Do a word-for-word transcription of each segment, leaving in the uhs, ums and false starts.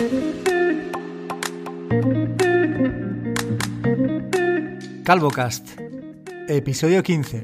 Calvocast, episodio quince.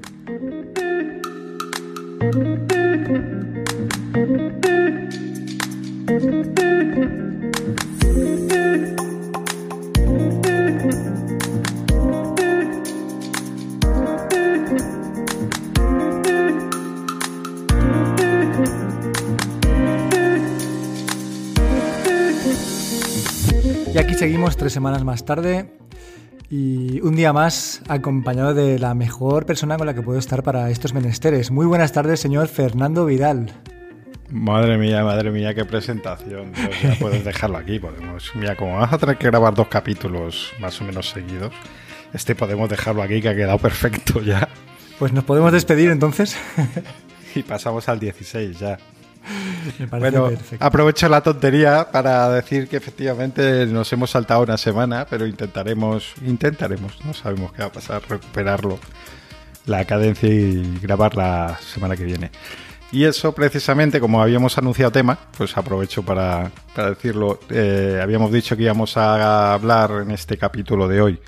Y aquí seguimos tres semanas más tarde y un día más acompañado de la mejor persona con la que puedo estar para estos menesteres. Muy buenas tardes, señor Fernando Vidal. Madre mía, madre mía, qué presentación. Pues ya puedes dejarlo aquí. Podemos, mira, como vas a tener que grabar dos capítulos más o menos seguidos, este podemos dejarlo aquí, que ha quedado perfecto ya. Pues nos podemos despedir entonces. Y pasamos al dieciséis ya. Me parece bueno, perfecto. Aprovecho la tontería para decir que efectivamente nos hemos saltado una semana, pero intentaremos, intentaremos, no sabemos qué va a pasar, recuperarlo, la cadencia y grabar la semana que viene. Y eso precisamente, como habíamos anunciado tema, pues aprovecho para, para decirlo. Eh, habíamos dicho que íbamos a hablar en este capítulo de hoy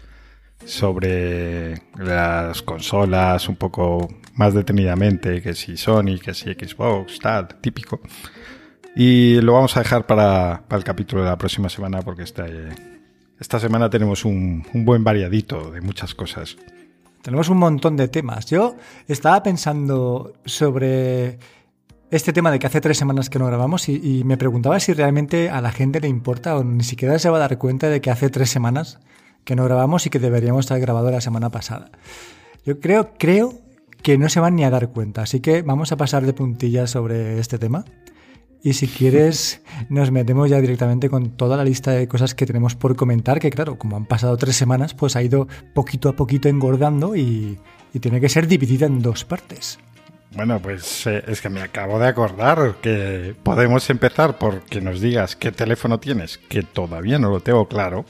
sobre las consolas un poco más detenidamente, que si Sony, que si Xbox, tal, típico. Y lo vamos a dejar para, para el capítulo de la próxima semana, porque esta, esta semana tenemos un, un buen variadito de muchas cosas. Tenemos un montón de temas. Yo estaba pensando sobre este tema de que hace tres semanas que no grabamos y, y me preguntaba si realmente a la gente le importa o ni siquiera se va a dar cuenta de que hace tres semanas que no grabamos y que deberíamos estar grabado la semana pasada. Yo creo, creo que no se van ni a dar cuenta, así que vamos a pasar de puntillas sobre este tema. Y si quieres, nos metemos ya directamente con toda la lista de cosas que tenemos por comentar, que claro, como han pasado tres semanas, pues ha ido poquito a poquito engordando y, y tiene que ser dividida en dos partes. Bueno, pues eh, es que me acabo de acordar que podemos empezar por que nos digas qué teléfono tienes, que todavía no lo tengo claro,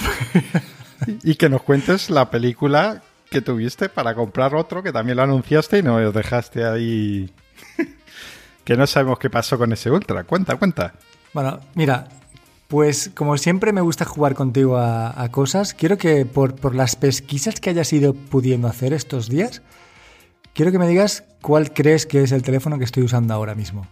y que nos cuentes la película que tuviste para comprar otro, que también lo anunciaste y nos dejaste ahí... Que no sabemos qué pasó con ese Ultra. Cuenta, cuenta. Bueno, mira, pues como siempre me gusta jugar contigo a, a cosas. Quiero que por, por las pesquisas que hayas ido pudiendo hacer estos días, quiero que me digas cuál crees que es el teléfono que estoy usando ahora mismo.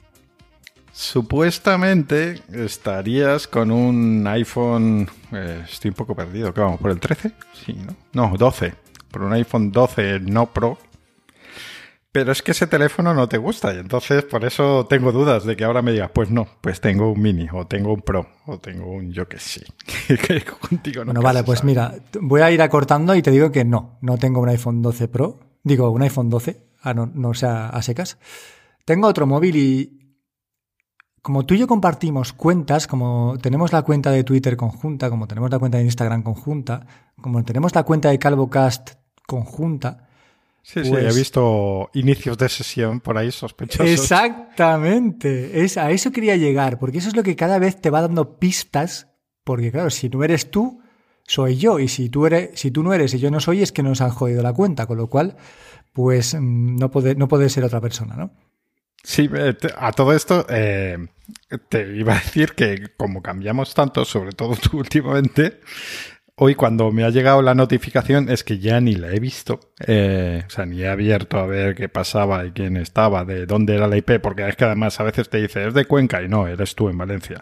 Supuestamente estarías con un iPhone... Eh, estoy un poco perdido. ¿Qué vamos? ¿Por el trece? Sí, ¿no? No, doce. Por un iPhone doce no Pro. Pero es que ese teléfono no te gusta y entonces por eso tengo dudas de que ahora me digas, pues no, pues tengo un Mini o tengo un Pro o tengo un yo que sí. Que contigo no. Bueno, vale, pues sabe. Mira, voy a ir acortando y te digo que no, no tengo un iPhone doce Pro, digo un iPhone doce, ah, no, no sea a secas. Tengo otro móvil y como tú y yo compartimos cuentas, como tenemos la cuenta de Twitter conjunta, como tenemos la cuenta de Instagram conjunta, como tenemos la cuenta de Calvocast conjunta. Sí, pues, sí, he visto inicios de sesión por ahí sospechosos. Exactamente, es, a eso quería llegar, porque eso es lo que cada vez te va dando pistas, porque claro, si no eres tú, soy yo, y si tú, eres, si tú no eres y yo no soy, es que nos han jodido la cuenta, con lo cual, pues no puede, no puede ser otra persona, ¿no? Sí, a todo esto eh, te iba a decir que como cambiamos tanto, sobre todo tú últimamente... Hoy cuando me ha llegado la notificación es que ya ni la he visto, eh, o sea, ni he abierto a ver qué pasaba y quién estaba, de dónde era la I P, porque es que además a veces te dice, es de Cuenca y no, eres tú en Valencia.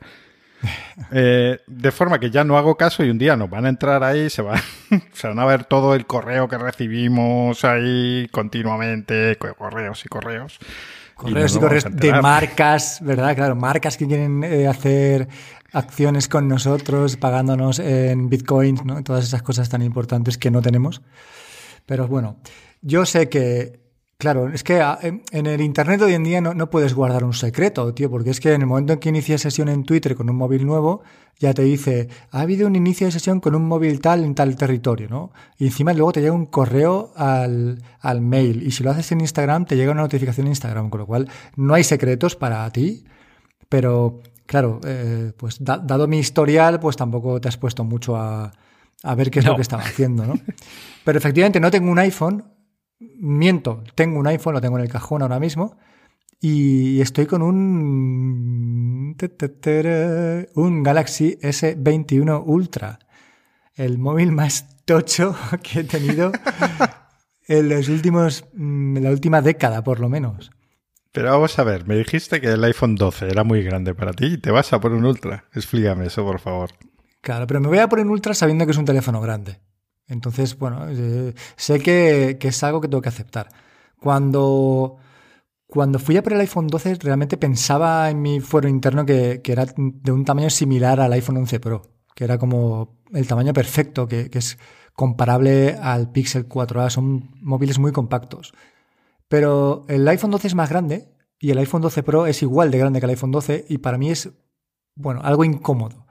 Eh, de forma que ya no hago caso y un día nos van a entrar ahí, se van, se van a ver todo el correo que recibimos ahí continuamente, correos y correos. Correos y, y correos de marcas, ¿verdad? Claro, marcas que quieren eh, hacer acciones con nosotros, pagándonos en bitcoins, ¿no? Todas esas cosas tan importantes que no tenemos. Pero bueno, yo sé que, claro, es que en el internet hoy en día no, no puedes guardar un secreto, tío, porque es que en el momento en que inicias sesión en Twitter con un móvil nuevo, ya te dice, ha habido un inicio de sesión con un móvil tal en tal territorio, ¿no? Y encima luego te llega un correo al, al mail, y si lo haces en Instagram te llega una notificación en Instagram, con lo cual no hay secretos para ti, pero... Claro, eh, pues da, dado mi historial, pues tampoco te has puesto mucho a, a ver qué es no. lo que estaba haciendo, ¿no? Pero efectivamente no tengo un iPhone, miento, tengo un iPhone, lo tengo en el cajón ahora mismo, y estoy con un Un Galaxy ese veintiuno Ultra. El móvil más tocho que he tenido en los últimos, en la última década, por lo menos. Pero vamos a ver, me dijiste que el iPhone doce era muy grande para ti y te vas a por un Ultra. Explícame eso, por favor. Claro, pero me voy a por un Ultra sabiendo que es un teléfono grande. Entonces, bueno, eh, sé que, que es algo que tengo que aceptar. Cuando, cuando fui a por el iPhone doce, realmente pensaba en mi fuero interno que, que era de un tamaño similar al iPhone once Pro, que era como el tamaño perfecto, que, que es comparable al Pixel cuatro a. Son móviles muy compactos. Pero el iPhone doce es más grande y el iPhone doce Pro es igual de grande que el iPhone doce y para mí es, bueno, algo incómodo.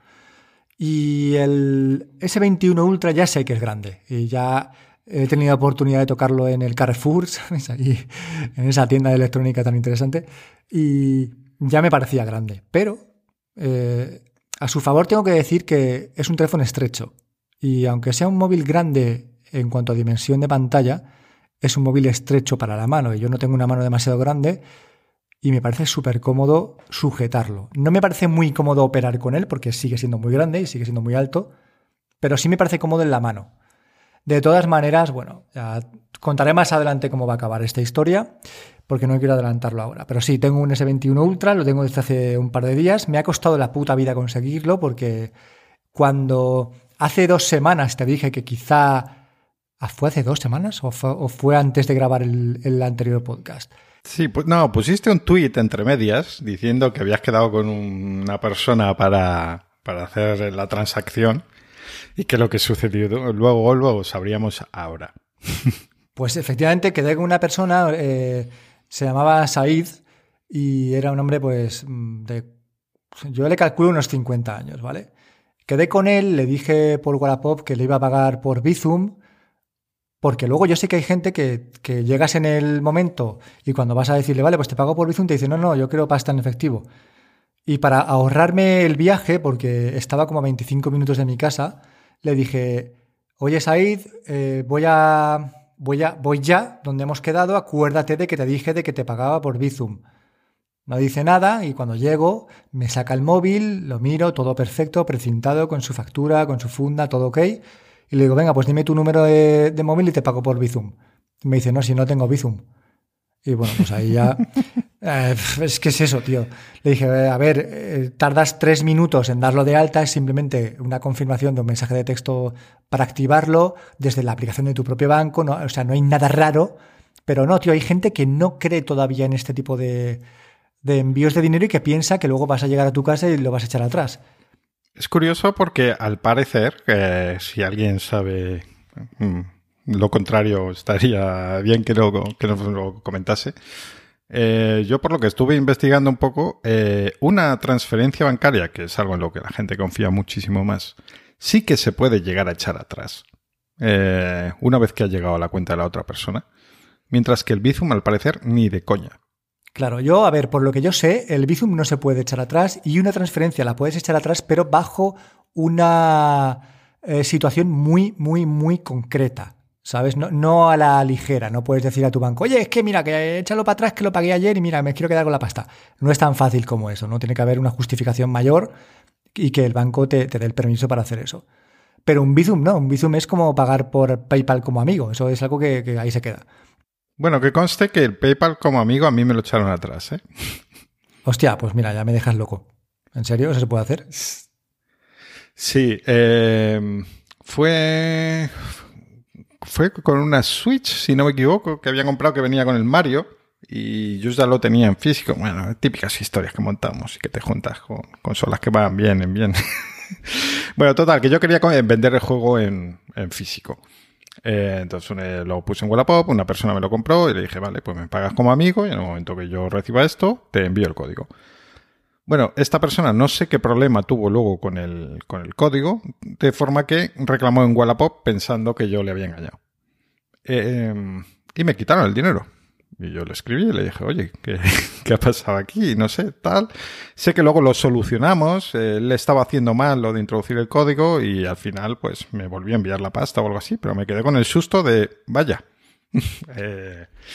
Y el ese veintiuno Ultra ya sé que es grande y ya he tenido oportunidad de tocarlo en el Carrefour, ¿sabes? Ahí, en esa tienda de electrónica tan interesante, y ya me parecía grande. Pero eh, a su favor tengo que decir que es un teléfono estrecho y aunque sea un móvil grande en cuanto a dimensión de pantalla, es un móvil estrecho para la mano y yo no tengo una mano demasiado grande y me parece súper cómodo sujetarlo. No me parece muy cómodo operar con él porque sigue siendo muy grande y sigue siendo muy alto, pero sí me parece cómodo en la mano. De todas maneras, bueno, ya contaré más adelante cómo va a acabar esta historia porque no quiero adelantarlo ahora. Pero sí, tengo un ese veintiuno Ultra, lo tengo desde hace un par de días. Me ha costado la puta vida conseguirlo porque cuando hace dos semanas te dije que quizá... ¿Fue hace dos semanas o fue, o fue antes de grabar el, el anterior podcast? Sí, pues no, pusiste un tuit entre medias diciendo que habías quedado con una persona para, para hacer la transacción y que lo que sucedió luego, luego sabríamos ahora. Pues efectivamente quedé con una persona, eh, se llamaba Said y era un hombre pues de, yo le calculo unos cincuenta años, ¿vale? Quedé con él, le dije por Wallapop que le iba a pagar por Bizum. Porque luego yo sé que hay gente que, que llegas en el momento y cuando vas a decirle, vale, pues te pago por Bizum, te dice, no, no, yo quiero pasta en efectivo. Y para ahorrarme el viaje, porque estaba como a veinticinco minutos de mi casa, le dije, oye, Said, eh, voy a, voy a, voy ya, donde hemos quedado, acuérdate de que te dije de que te pagaba por Bizum. No dice nada y cuando llego me saca el móvil, lo miro, todo perfecto, precintado, con su factura, con su funda, todo ok. Y le digo, venga, pues dime tu número de, de móvil y te pago por Bizum. Y me dice, no, si no tengo Bizum. Y bueno, pues ahí ya... eh, es que es eso, tío. Le dije, a ver, eh, tardas tres minutos en darlo de alta, es simplemente una confirmación de un mensaje de texto para activarlo desde la aplicación de tu propio banco, ¿no? O sea, no hay nada raro. Pero no, tío, hay gente que no cree todavía en este tipo de, de envíos de dinero y que piensa que luego vas a llegar a tu casa y lo vas a echar atrás. Es curioso porque al parecer, eh, si alguien sabe mm, lo contrario, estaría bien que, lo, que nos lo comentase. Eh, yo por lo que estuve investigando un poco, eh, una transferencia bancaria, que es algo en lo que la gente confía muchísimo más, sí que se puede llegar a echar atrás eh, una vez que ha llegado a la cuenta de la otra persona. Mientras que el Bizum, al parecer, ni de coña. Claro, yo, a ver, por lo que yo sé, el Bizum no se puede echar atrás y una transferencia la puedes echar atrás, pero bajo una eh, situación muy, muy, muy concreta, ¿sabes? No, no a la ligera, no puedes decir a tu banco, oye, es que mira, que échalo para atrás, que lo pagué ayer y mira, me quiero quedar con la pasta. No es tan fácil como eso, ¿no? Tiene que haber una justificación mayor y que el banco te, te dé el permiso para hacer eso. Pero un Bizum no, un Bizum es como pagar por PayPal como amigo, eso es algo que, que ahí se queda. Bueno, que conste que el PayPal como amigo a mí me lo echaron atrás, ¿eh? Hostia, pues mira, ya me dejas loco. ¿En serio? ¿Eso se puede hacer? Sí, eh, fue, fue con una Switch, si no me equivoco, que había comprado que venía con el Mario y yo ya lo tenía en físico. Bueno, típicas historias que montamos y que te juntas con consolas que van bien, en bien. Bueno, total, que yo quería vender el juego en, en físico. Eh, entonces eh, lo puse en Wallapop, una persona me lo compró y le dije, vale, pues me pagas como amigo y en el momento que yo reciba esto, te envío el código. Bueno, esta persona no sé qué problema tuvo luego con el, con el código, de forma que reclamó en Wallapop pensando que yo le había engañado. Eh, eh, y me quitaron el dinero. Y yo le escribí y le dije, oye, ¿qué, qué ha pasado aquí? No sé, tal. Sé que luego lo solucionamos. Eh, él estaba haciendo mal lo de introducir el código y al final pues me volvió a enviar la pasta o algo así, pero me quedé con el susto de, vaya, eh,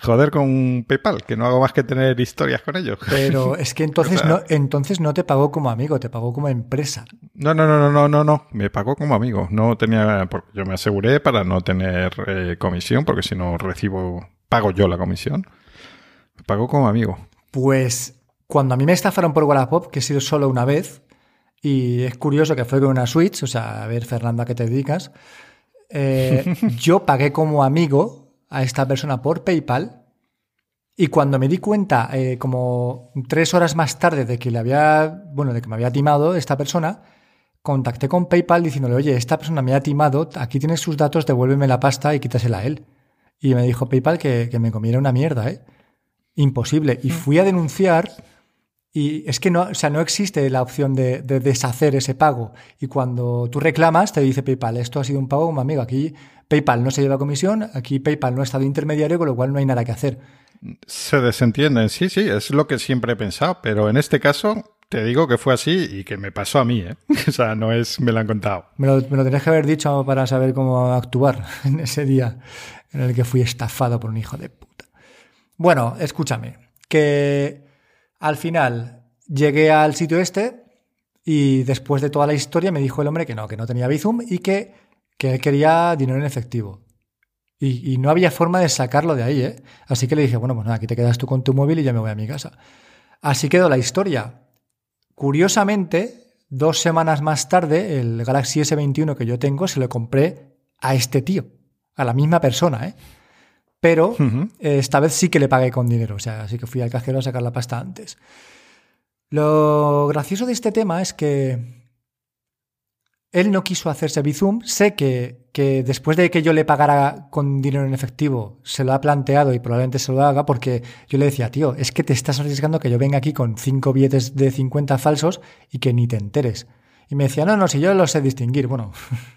joder con PayPal, que no hago más que tener historias con ellos. Pero es que entonces, o sea, no, entonces no te pagó como amigo, te pagó como empresa. No, no, no, no, no, no, no. Me pagó como amigo. No tenía, porque yo me aseguré para no tener eh, comisión, porque si no recibo, pago yo la comisión. Me pagó como amigo. Pues cuando a mí me estafaron por Wallapop, que he sido solo una vez, y es curioso que fue con una Switch, o sea, a ver, Fernanda, ¿a qué te dedicas? Eh, yo pagué como amigo a esta persona por PayPal y cuando me di cuenta, eh, como tres horas más tarde de que le había, bueno, de que me había timado esta persona, contacté con PayPal diciéndole, oye, esta persona me ha timado, aquí tienes sus datos, devuélveme la pasta y quítasela a él. Y me dijo PayPal que, que me comiera una mierda, ¿eh? Imposible. Y fui a denunciar y es que no, o sea, no existe la opción de, de deshacer ese pago. Y cuando tú reclamas, te dice PayPal, esto ha sido un pago como amigo. Aquí PayPal no se lleva comisión, aquí PayPal no ha estado intermediario, con lo cual no hay nada que hacer. Se desentienden, sí, sí, es lo que siempre he pensado. Pero en este caso, te digo que fue así y que me pasó a mí, ¿eh? O sea, no es, me lo han contado. Me lo, me lo tenías que haber dicho para saber cómo actuar en ese día en el que fui estafado por un hijo de puta. Bueno, escúchame, que al final llegué al sitio este y después de toda la historia me dijo el hombre que no, que no tenía Bizum y que, que él quería dinero en efectivo. Y, y no había forma de sacarlo de ahí, ¿eh? Así que le dije, bueno, pues nada, aquí te quedas tú con tu móvil y ya me voy a mi casa. Así quedó la historia. Curiosamente, dos semanas más tarde, el Galaxy ese veintiuno que yo tengo se lo compré a este tío, a la misma persona, ¿eh? Pero uh-huh. eh, esta vez sí que le pagué con dinero, o sea, así que fui al cajero a sacar la pasta antes. Lo gracioso de este tema es que él no quiso hacerse Bizum. Sé que, que después de que yo le pagara con dinero en efectivo, se lo ha planteado y probablemente se lo haga porque yo le decía, tío, es que te estás arriesgando que yo venga aquí con cinco billetes de cincuenta falsos y que ni te enteres. Y me decía, no, no, si yo lo sé distinguir. Bueno...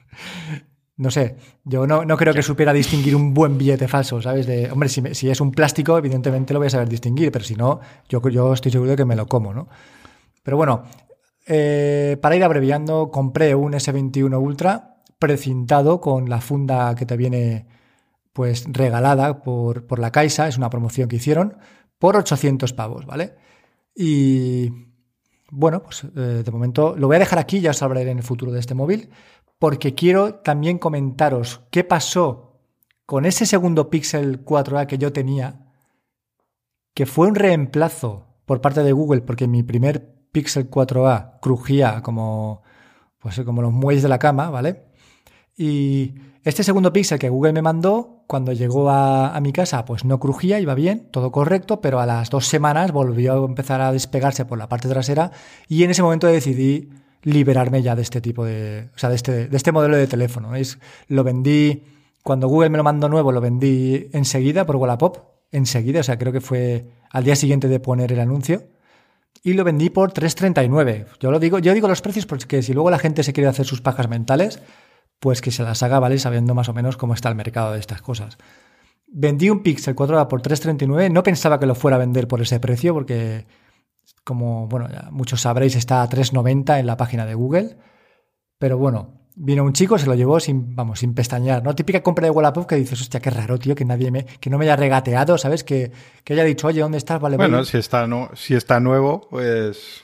No sé, yo no, no creo que supiera distinguir un buen billete falso, ¿sabes? De, hombre, si, me, si es un plástico, evidentemente lo voy a saber distinguir, pero si no, yo, yo estoy seguro de que me lo como, ¿no? Pero bueno, eh, para ir abreviando, compré un ese veintiuno Ultra precintado con la funda que te viene pues regalada por, por la Caixa, es una promoción que hicieron, por ochocientos pavos, ¿vale? Y bueno, pues eh, de momento lo voy a dejar aquí, ya os hablaré en el futuro de este móvil, porque quiero también comentaros qué pasó con ese segundo Pixel cuatro A que yo tenía, que fue un reemplazo por parte de Google, porque mi primer Pixel cuatro A crujía como, pues, como los muelles de la cama, ¿vale? Y este segundo Pixel que Google me mandó, cuando llegó a, a mi casa, pues no crujía, iba bien, todo correcto, pero a las dos semanas volvió a empezar a despegarse por la parte trasera y en ese momento decidí liberarme ya de este tipo de, o sea, de este, de este modelo de teléfono. ¿Veis? Lo vendí, cuando Google me lo mandó nuevo, lo vendí enseguida por Wallapop, enseguida, o sea, creo que fue al día siguiente de poner el anuncio, y lo vendí por tres treinta y nueve. Yo lo digo, yo digo los precios porque si luego la gente se quiere hacer sus pajas mentales, pues que se las haga, ¿vale? Sabiendo más o menos cómo está el mercado de estas cosas. Vendí un Pixel cuatro A por tres treinta y nueve, no pensaba que lo fuera a vender por ese precio porque... Como, bueno, ya muchos sabréis, está a tres noventa en la página de Google. Pero bueno, vino un chico, se lo llevó sin, vamos, sin pestañear, ¿no? Típica compra de Wallapop que dices, hostia, qué raro, tío, que nadie me, que no me haya regateado, ¿sabes? Que, que haya dicho, oye, ¿dónde estás? Vale, bueno, voy. si está, no, si está nuevo, pues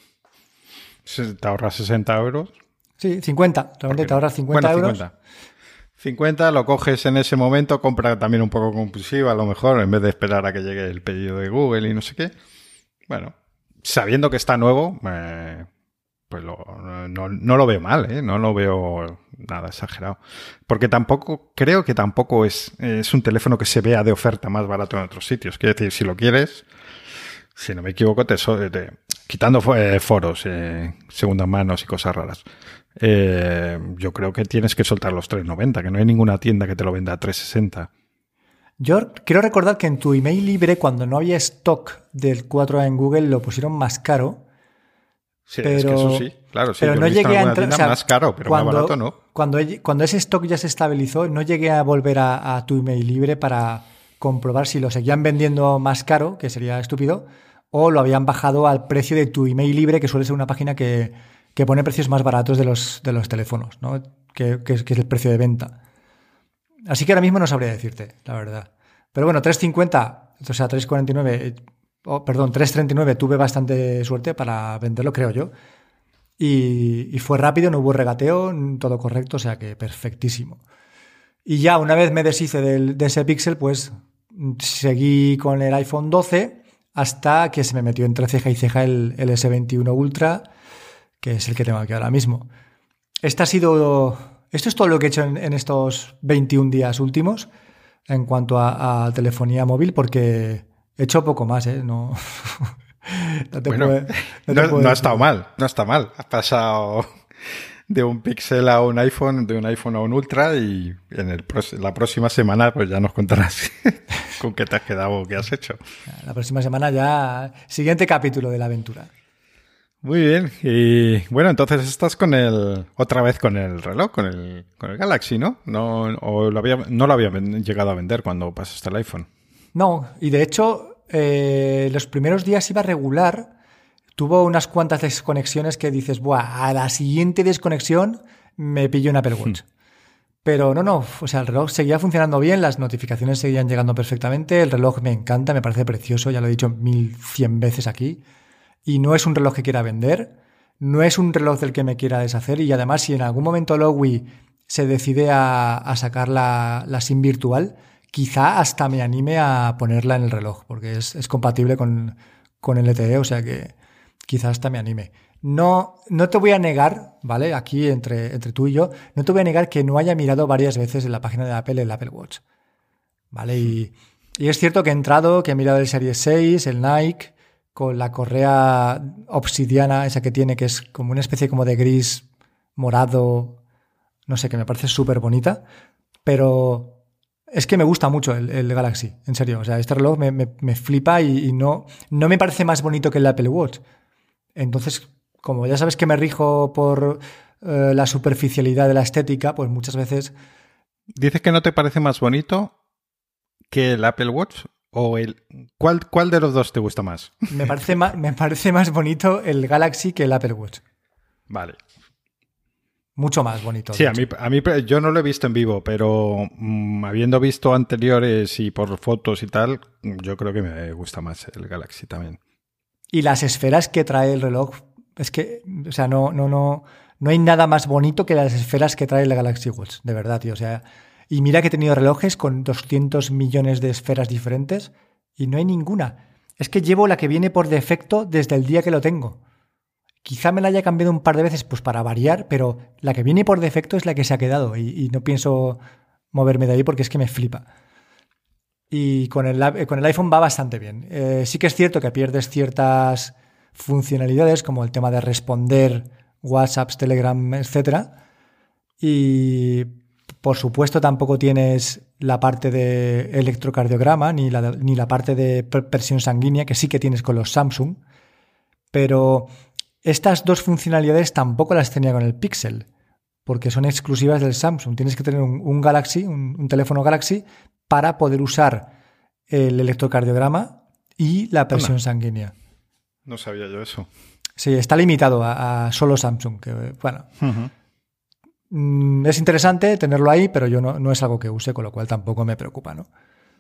te ahorras sesenta euros. Sí, cincuenta. Realmente te ahorras cincuenta bueno, euros. cincuenta. cincuenta, lo coges en ese momento, compra también un poco compulsiva, a lo mejor, en vez de esperar a que llegue el pedido de Google y no sé qué. Bueno, sabiendo que está nuevo, eh, pues lo, no, no lo veo mal, ¿eh? No lo veo nada exagerado. Porque tampoco, creo que tampoco es, es un teléfono que se vea de oferta más barato en otros sitios. Quiero decir, si lo quieres, si no me equivoco, te, te quitando foros, eh, segundas manos y cosas raras. Eh, yo creo que tienes que soltar los tres noventa, que no hay ninguna tienda que te lo venda a tres sesenta. Yo quiero recordar que en tu email libre, cuando no había stock del cuatro A en Google, lo pusieron más caro. Sí, pero, es que eso sí, claro, sí. Pero no llegué a entrar, o sea, más caro, pero cuando, más barato no. Cuando, cuando ese stock ya se estabilizó, no llegué a volver a, a tu email libre para comprobar si lo seguían vendiendo más caro, que sería estúpido, o lo habían bajado al precio de tu email libre, que suele ser una página que, que pone precios más baratos de los, de los teléfonos, ¿no? Que, que, que es el precio de venta. Así que ahora mismo no sabría decirte, la verdad. Pero bueno, tres cincuenta o sea, trescientos cuarenta y nueve, oh, perdón, trescientos treinta y nueve tuve bastante suerte para venderlo, creo yo. Y, y fue rápido, no hubo regateo, todo correcto, o sea que perfectísimo. Y ya una vez me deshice del, de ese Pixel, pues seguí con el iPhone doce hasta que se me metió entre ceja y ceja el, el ese veintiuno Ultra, que es el que tengo aquí ahora mismo. Este ha sido, esto es todo lo que he hecho en, en estos veintiún días últimos en cuanto a, a telefonía móvil, porque he hecho poco más, ¿eh? No, no, te bueno, puede, no, no, te puede no ha estado mal, no está mal. Has pasado de un Pixel a un iPhone, de un iPhone a un Ultra y en el, la próxima semana pues ya nos contarás con qué te has quedado o qué has hecho. La próxima semana ya, siguiente capítulo de la aventura. Muy bien, y bueno, entonces estás con el, otra vez con el reloj, con el, con el Galaxy, ¿no? No, o lo había, no lo había llegado a vender cuando pasaste el iPhone. No, y de hecho, eh, los primeros días iba regular, tuvo unas cuantas desconexiones que dices, buah, a la siguiente desconexión me pillo un Apple Watch. Hmm. Pero no, no, o sea, el reloj seguía funcionando bien, las notificaciones seguían llegando perfectamente, el reloj me encanta, me parece precioso, ya lo he dicho mil cien veces aquí. Y no es un reloj que quiera vender, no es un reloj del que me quiera deshacer, y además si en algún momento Lowy se decide a, a sacar la, la SIM virtual, quizá hasta me anime a ponerla en el reloj, porque es, es compatible con, con L T E, o sea que quizá hasta me anime. No, no te voy a negar, ¿vale? Aquí entre, entre tú y yo, no te voy a negar que no haya mirado varias veces en la página de Apple el Apple Watch, ¿vale? Y, y es cierto que he entrado, que he mirado el Series seis, el Nike, con la correa obsidiana, esa que tiene, que es como una especie como de gris morado, no sé, que me parece súper bonita, pero es que me gusta mucho el, el Galaxy, en serio, o sea, este reloj me, me, me flipa y, y no, no me parece más bonito que el Apple Watch. Entonces, como ya sabes que me rijo por eh, la superficialidad de la estética, pues muchas veces... ¿Dices que no te parece más bonito que el Apple Watch? ¿O el ¿cuál, cuál de los dos te gusta más? Me parece más, me parece más bonito el Galaxy que el Apple Watch. Vale. Mucho más bonito. Sí, a mí, a mí yo no lo he visto en vivo, pero mmm, habiendo visto anteriores y por fotos y tal, yo creo que me gusta más el Galaxy también. Y las esferas que trae el reloj, es que, o sea, no, no, no, no hay nada más bonito que las esferas que trae el Galaxy Watch, de verdad, tío. O sea, y mira que he tenido relojes con doscientos millones de esferas diferentes y no hay ninguna. Es que llevo la que viene por defecto desde el día que lo tengo. Quizá me la haya cambiado un par de veces pues para variar, pero la que viene por defecto es la que se ha quedado y, y no pienso moverme de ahí porque es que me flipa. Y con el, con el iPhone va bastante bien. Eh, sí que es cierto que pierdes ciertas funcionalidades como el tema de responder WhatsApps, Telegram, etcétera. Y por supuesto tampoco tienes la parte de electrocardiograma ni la, ni la parte de presión sanguínea, que sí que tienes con los Samsung. Pero estas dos funcionalidades tampoco las tenía con el Pixel, porque son exclusivas del Samsung. Tienes que tener un, un Galaxy, un, un teléfono Galaxy, para poder usar el electrocardiograma y la presión Anda. sanguínea. No sabía yo eso. Sí, está limitado a, a solo Samsung. Que, bueno, uh-huh. Es interesante tenerlo ahí, pero yo no, no es algo que use, con lo cual tampoco me preocupa, ¿no?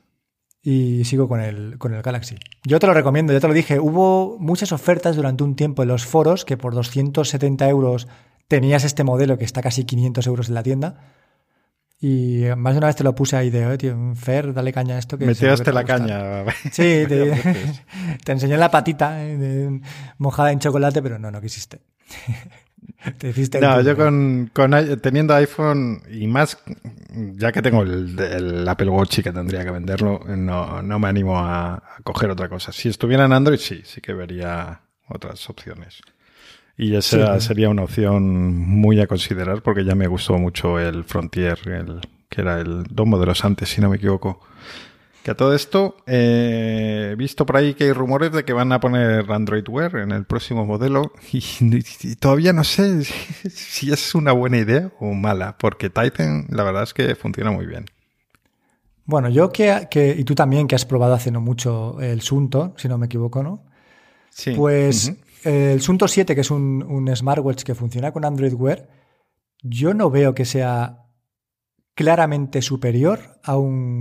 Y sigo con el, con el Galaxy. Yo te lo recomiendo, ya te lo dije. Hubo muchas ofertas durante un tiempo en los foros que por doscientos setenta euros tenías este modelo que está casi quinientos euros en la tienda. Y más de una vez te lo puse ahí de, oh, tío, Fer, dale caña a esto. Que Metíaste la caña. Sí, te, te enseñé la patita eh, de, mojada en chocolate, pero no, no quisiste. Te hiciste no, el yo con, con teniendo iPhone y más, ya que tengo el, el Apple Watch y que tendría que venderlo, no, no me animo a, a coger otra cosa. Si estuviera en Android, sí, sí que vería otras opciones. Y esa sí, sería una opción muy a considerar porque ya me gustó mucho el Frontier, el, que era el dos modelos antes, si no me equivoco. Que a todo esto eh, he visto por ahí que hay rumores de que van a poner Android Wear en el próximo modelo y, y, y todavía no sé si, si es una buena idea o mala, porque Titan la verdad es que funciona muy bien. Bueno, yo que, que y tú también que has probado hace no mucho el Sunto, si no me equivoco, ¿no? Sí. Pues... Uh-huh. El Sunto siete, que es un, un smartwatch que funciona con Android Wear, yo no veo que sea claramente superior a un,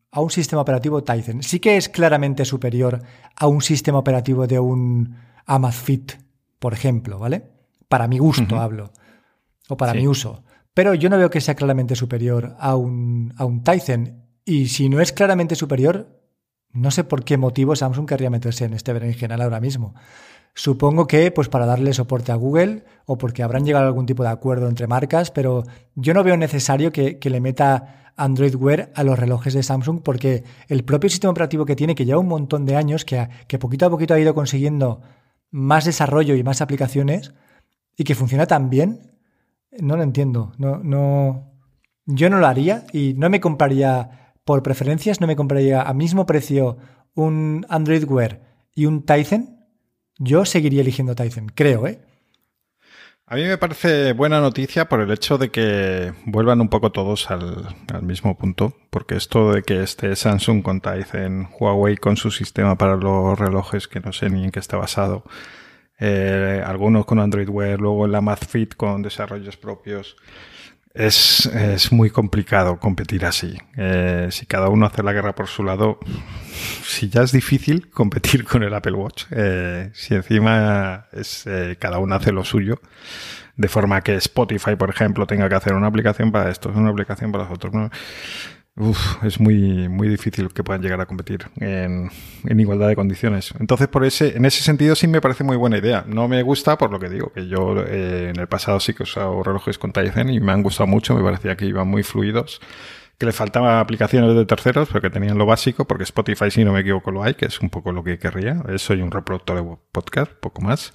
a un sistema operativo Tizen. Sí que es claramente superior a un sistema operativo de un Amazfit, por ejemplo, ¿vale? Para mi gusto uh-huh. hablo, o para sí. mi uso. Pero yo no veo que sea claramente superior a un, a un Tizen. Y si no es claramente superior, no sé por qué motivo Samsung querría meterse en este berenjenal ahora mismo. Supongo que pues para darle soporte a Google o porque habrán llegado a algún tipo de acuerdo entre marcas, pero yo no veo necesario que, que le meta Android Wear a los relojes de Samsung porque el propio sistema operativo que tiene, que lleva un montón de años, que, que poquito a poquito ha ido consiguiendo más desarrollo y más aplicaciones y que funciona tan bien, no lo entiendo. No, no, yo no lo haría y no me compraría, por preferencias, no me compraría a mismo precio un Android Wear y un Tizen. Yo seguiría eligiendo Tizen, creo, ¿eh? A mí me parece buena noticia por el hecho de que vuelvan un poco todos al, al mismo punto, porque esto de que esté Samsung con Tizen, Huawei con su sistema para los relojes, que no sé ni en qué está basado, eh, algunos con Android Wear, luego el Amazfit con desarrollos propios, es, es muy complicado competir así. Eh, si cada uno hace la guerra por su lado, si ya es difícil competir con el Apple Watch, eh, si encima es, eh, cada uno hace lo suyo, de forma que Spotify, por ejemplo, tenga que hacer una aplicación para estos, una aplicación para los otros, ¿no? Uf, es muy, muy difícil que puedan llegar a competir en, en igualdad de condiciones. Entonces, por ese, en ese sentido sí me parece muy buena idea. No me gusta por lo que digo, que yo eh, en el pasado sí que he usado relojes con Tizen y me han gustado mucho, me parecía que iban muy fluidos, que le faltaban aplicaciones de terceros, pero que tenían lo básico, porque Spotify, si no me equivoco, lo hay, que es un poco lo que querría. Soy un reproductor de podcast, poco más.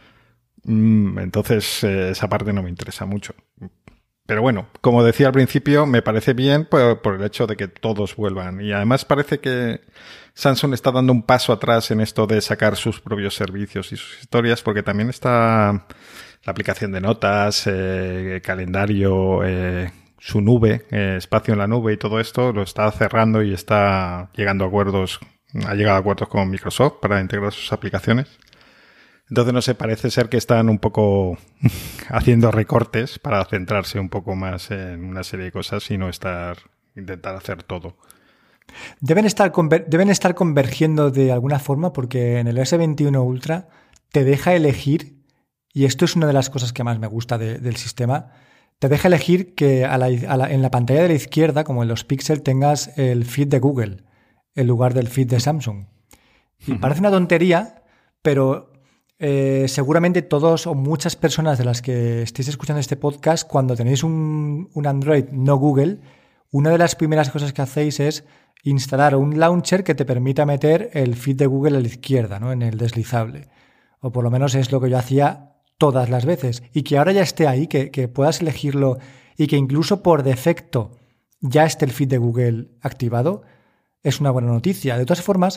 Entonces, eh, esa parte no me interesa mucho. Pero bueno, como decía al principio, me parece bien por, por el hecho de que todos vuelvan. Y además parece que Samsung está dando un paso atrás en esto de sacar sus propios servicios y sus historias, porque también está la aplicación de notas, eh, calendario, eh, su nube, eh, espacio en la nube y todo esto lo está cerrando y está llegando a acuerdos, ha llegado a acuerdos con Microsoft para integrar sus aplicaciones. Entonces, no sé, parece ser que están un poco haciendo recortes para centrarse un poco más en una serie de cosas y no estar intentar hacer todo. Deben estar, conver- deben estar convergiendo de alguna forma porque en el S veintiuno Ultra te deja elegir, y esto es una de las cosas que más me gusta de, del sistema, te deja elegir que a la, a la, en la pantalla de la izquierda, como en los Pixel, tengas el feed de Google en lugar del feed de Samsung. Y uh-huh. parece una tontería, pero... Eh, seguramente todos o muchas personas de las que estéis escuchando este podcast, cuando tenéis un, un Android no Google, una de las primeras cosas que hacéis es instalar un launcher que te permita meter el feed de Google a la izquierda, ¿no? En el deslizable. O por lo menos es lo que yo hacía todas las veces. Y que ahora ya esté ahí, que, que puedas elegirlo y que incluso por defecto ya esté el feed de Google activado, es una buena noticia. De todas formas,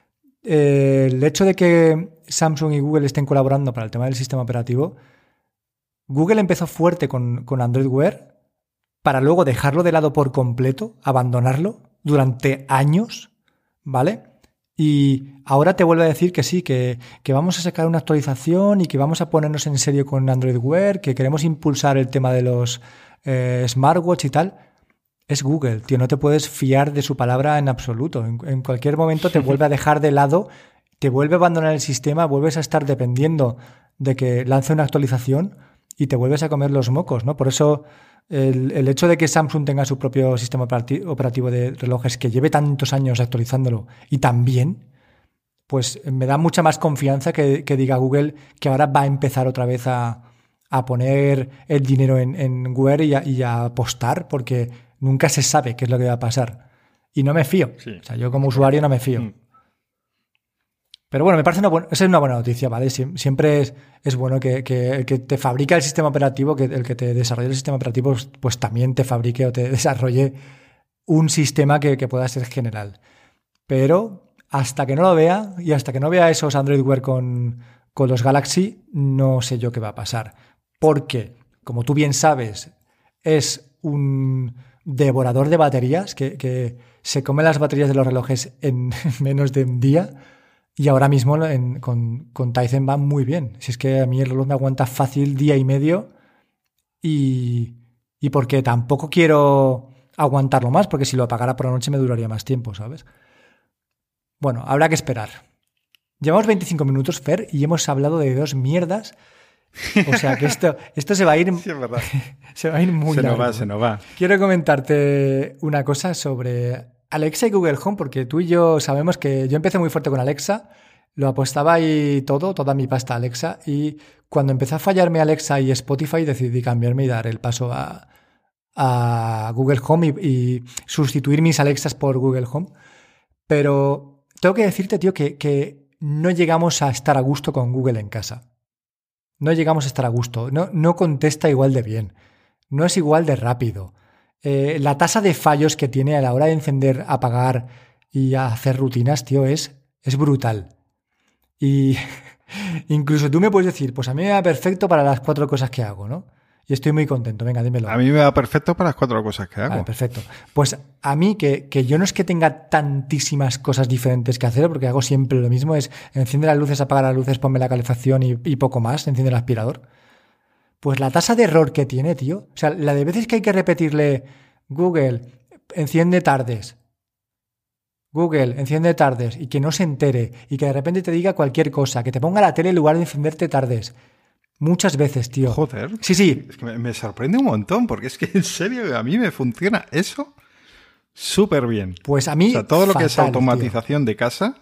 Eh, el hecho de que Samsung y Google estén colaborando para el tema del sistema operativo, Google empezó fuerte con, con Android Wear para luego dejarlo de lado por completo, abandonarlo durante años, ¿vale? Y ahora te vuelve a decir que sí, que, que vamos a sacar una actualización y que vamos a ponernos en serio con Android Wear, que queremos impulsar el tema de los eh, smartwatch y tal. Es Google, tío, no te puedes fiar de su palabra en absoluto. En, en cualquier momento te vuelve a dejar de lado, te vuelve a abandonar el sistema, vuelves a estar dependiendo de que lance una actualización y te vuelves a comer los mocos, ¿no? Por eso el, el hecho de que Samsung tenga su propio sistema operativo de relojes que lleve tantos años actualizándolo y también, pues me da mucha más confianza que, que diga Google que ahora va a empezar otra vez a, a poner el dinero en, en Wear y a, y a apostar, porque nunca se sabe qué es lo que va a pasar. Y no me fío. Sí. O sea, yo como usuario no me fío. Mm. Pero bueno, me parece una buena, esa es una buena noticia, ¿vale? Siempre es, es bueno que, que el que te fabrica el sistema operativo, que el que te desarrolle el sistema operativo, pues, pues también te fabrique o te desarrolle un sistema que, que pueda ser general. Pero hasta que no lo vea y hasta que no vea esos Android Wear con, con los Galaxy, no sé yo qué va a pasar. Porque, como tú bien sabes, es un devorador de baterías que, que se come las baterías de los relojes en menos de un día y ahora mismo en, con, con Tizen va muy bien. Si es que a mí el reloj me aguanta fácil día y medio y, y porque tampoco quiero aguantarlo más, porque si lo apagara por la noche me duraría más tiempo, ¿sabes? Bueno, habrá que esperar. Llevamos veinticinco minutos, Fer, y hemos hablado de dos mierdas. O sea que esto, esto se va a ir... Sí, es verdad. Se va a ir muy Se largo. nos va, se nos va. Quiero comentarte una cosa sobre Alexa y Google Home, porque tú y yo sabemos que yo empecé muy fuerte con Alexa, lo apostaba ahí todo, toda mi pasta a Alexa, y cuando empezó a fallarme Alexa y Spotify decidí cambiarme y dar el paso a, a Google Home y, y sustituir mis Alexas por Google Home. Pero tengo que decirte, tío, que, que no llegamos a estar a gusto con Google en casa. No llegamos a estar a gusto. No, no contesta igual de bien. No es igual de rápido. Eh, la tasa de fallos que tiene a la hora de encender, apagar y hacer rutinas, tío, es, es brutal. Y incluso tú me puedes decir, pues a mí me va perfecto para las cuatro cosas que hago, ¿no? Y estoy muy contento. Venga, dímelo. A mí me va perfecto para las cuatro cosas que hago. Vale, perfecto. Pues a mí, que, que yo no es que tenga tantísimas cosas diferentes que hacer, porque hago siempre lo mismo, es enciende las luces, apaga las luces, ponme la calefacción y, y poco más, enciende el aspirador. Pues la tasa de error que tiene, tío, o sea, la de veces que hay que repetirle Google, enciende tardes, Google, enciende tardes, y que no se entere, y que de repente te diga cualquier cosa, que te ponga la tele en lugar de encenderte tardes. Muchas veces, tío. Joder. Sí, sí. Es que me, me sorprende un montón, porque es que en serio a mí me funciona eso súper bien. Pues a mí O sea, todo lo fatal, que es automatización tío. de casa.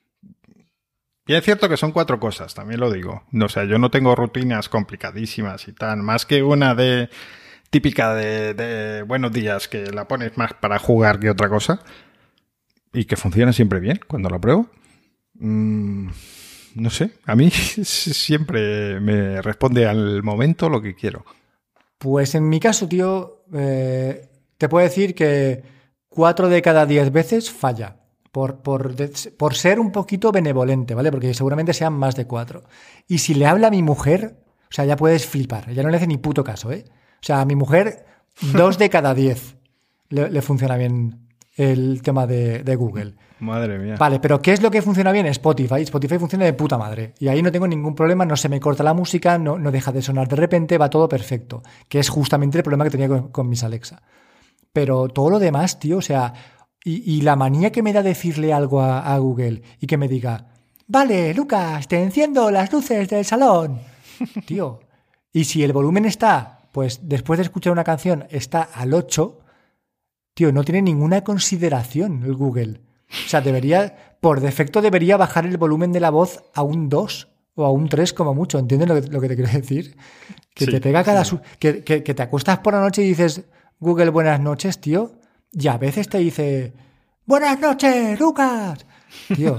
Y es cierto que son cuatro cosas, también lo digo. O sea, yo no tengo rutinas complicadísimas y tal, más que una de típica de, de buenos días, que la pones más para jugar que otra cosa. Y que funciona siempre bien cuando lo pruebo. Mm, no sé, a mí siempre me responde al momento lo que quiero. Pues en mi caso, tío, eh, te puedo decir que cuatro de cada diez veces falla. Por, por, por ser un poquito benevolente, ¿vale? Porque seguramente sean más de cuatro. Y si le habla a mi mujer, o sea, ya puedes flipar. Ya no le hace ni puto caso, ¿eh? O sea, a mi mujer, dos de cada diez le, le funciona bien el tema de, de Google. Madre mía. Vale, pero ¿qué es lo que funciona bien? Spotify. Spotify funciona de puta madre. Y ahí no tengo ningún problema, no se me corta la música, no, no deja de sonar de repente, va todo perfecto. Que es justamente el problema que tenía con, con mis Alexa. Pero todo lo demás, tío, o sea... Y, y la manía que me da decirle algo a, a Google y que me diga, vale, Lucas, te enciendo las luces del salón. Tío, y si el volumen está, pues después de escuchar una canción, está al ocho, tío, no tiene ninguna consideración el Google. O sea, debería, por defecto debería bajar el volumen de la voz a un dos o a un tres como mucho. ¿Entiendes lo que, lo que te quiero decir? Que sí, te pega cada... Sí. Su- que, que, que te acuestas por la noche y dices, Google, buenas noches, tío. Y a veces te dice, buenas noches, Lucas. Tío.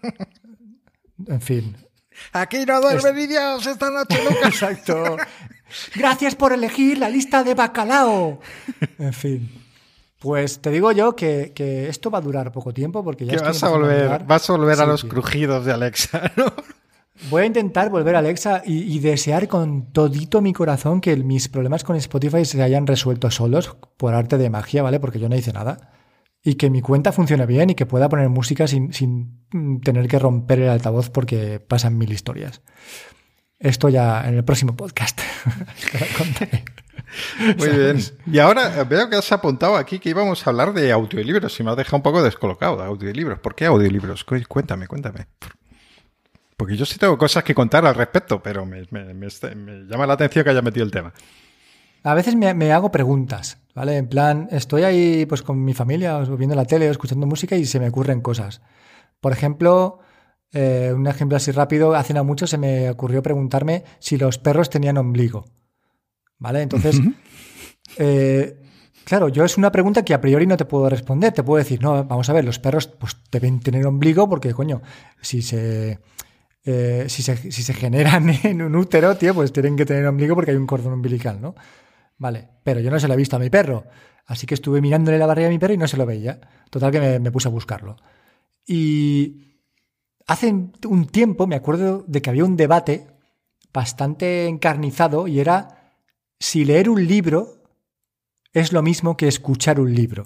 En fin. Aquí no duerme ni Dios esta noche, Lucas. Exacto. Gracias por elegir la lista de bacalao. En fin. Pues te digo yo que, que esto va a durar poco tiempo porque ya que vas a volver, a vas a volver sí, a los tío. crujidos de Alexa, ¿no? Voy a intentar volver a Alexa y, y desear con todito mi corazón que mis problemas con Spotify se hayan resuelto solos por arte de magia, ¿vale? Porque yo no hice nada. Y que mi cuenta funcione bien y que pueda poner música sin, sin tener que romper el altavoz porque pasan mil historias. Esto ya en el próximo podcast. Te lo contaré. Muy ¿sabes? Bien. Y ahora veo que has apuntado aquí que íbamos a hablar de audiolibros y me has dejado un poco descolocado de audiolibros. ¿Por qué audiolibros? Cuéntame, cuéntame. Porque yo sí tengo cosas que contar al respecto, pero me, me, me, me llama la atención que haya metido el tema. A veces me, me hago preguntas, ¿vale? En plan, estoy ahí pues con mi familia, o viendo la tele, o escuchando música y se me ocurren cosas. Por ejemplo, eh, un ejemplo así rápido, hace no mucho se me ocurrió preguntarme si los perros tenían ombligo, ¿vale? Entonces, uh-huh. eh, claro, yo es una pregunta que a priori no te puedo responder. Te puedo decir, no, vamos a ver, los perros pues deben tener ombligo porque, coño, si se... Eh, si, se, si se generan en un útero, tío, pues tienen que tener ombligo porque hay un cordón umbilical, ¿no? Vale, pero yo no se lo he visto a mi perro, así que estuve mirándole la barriga a mi perro y no se lo veía. Total que me, me puse a buscarlo. Y hace un tiempo me acuerdo de que había un debate bastante encarnizado y era si leer un libro es lo mismo que escuchar un libro.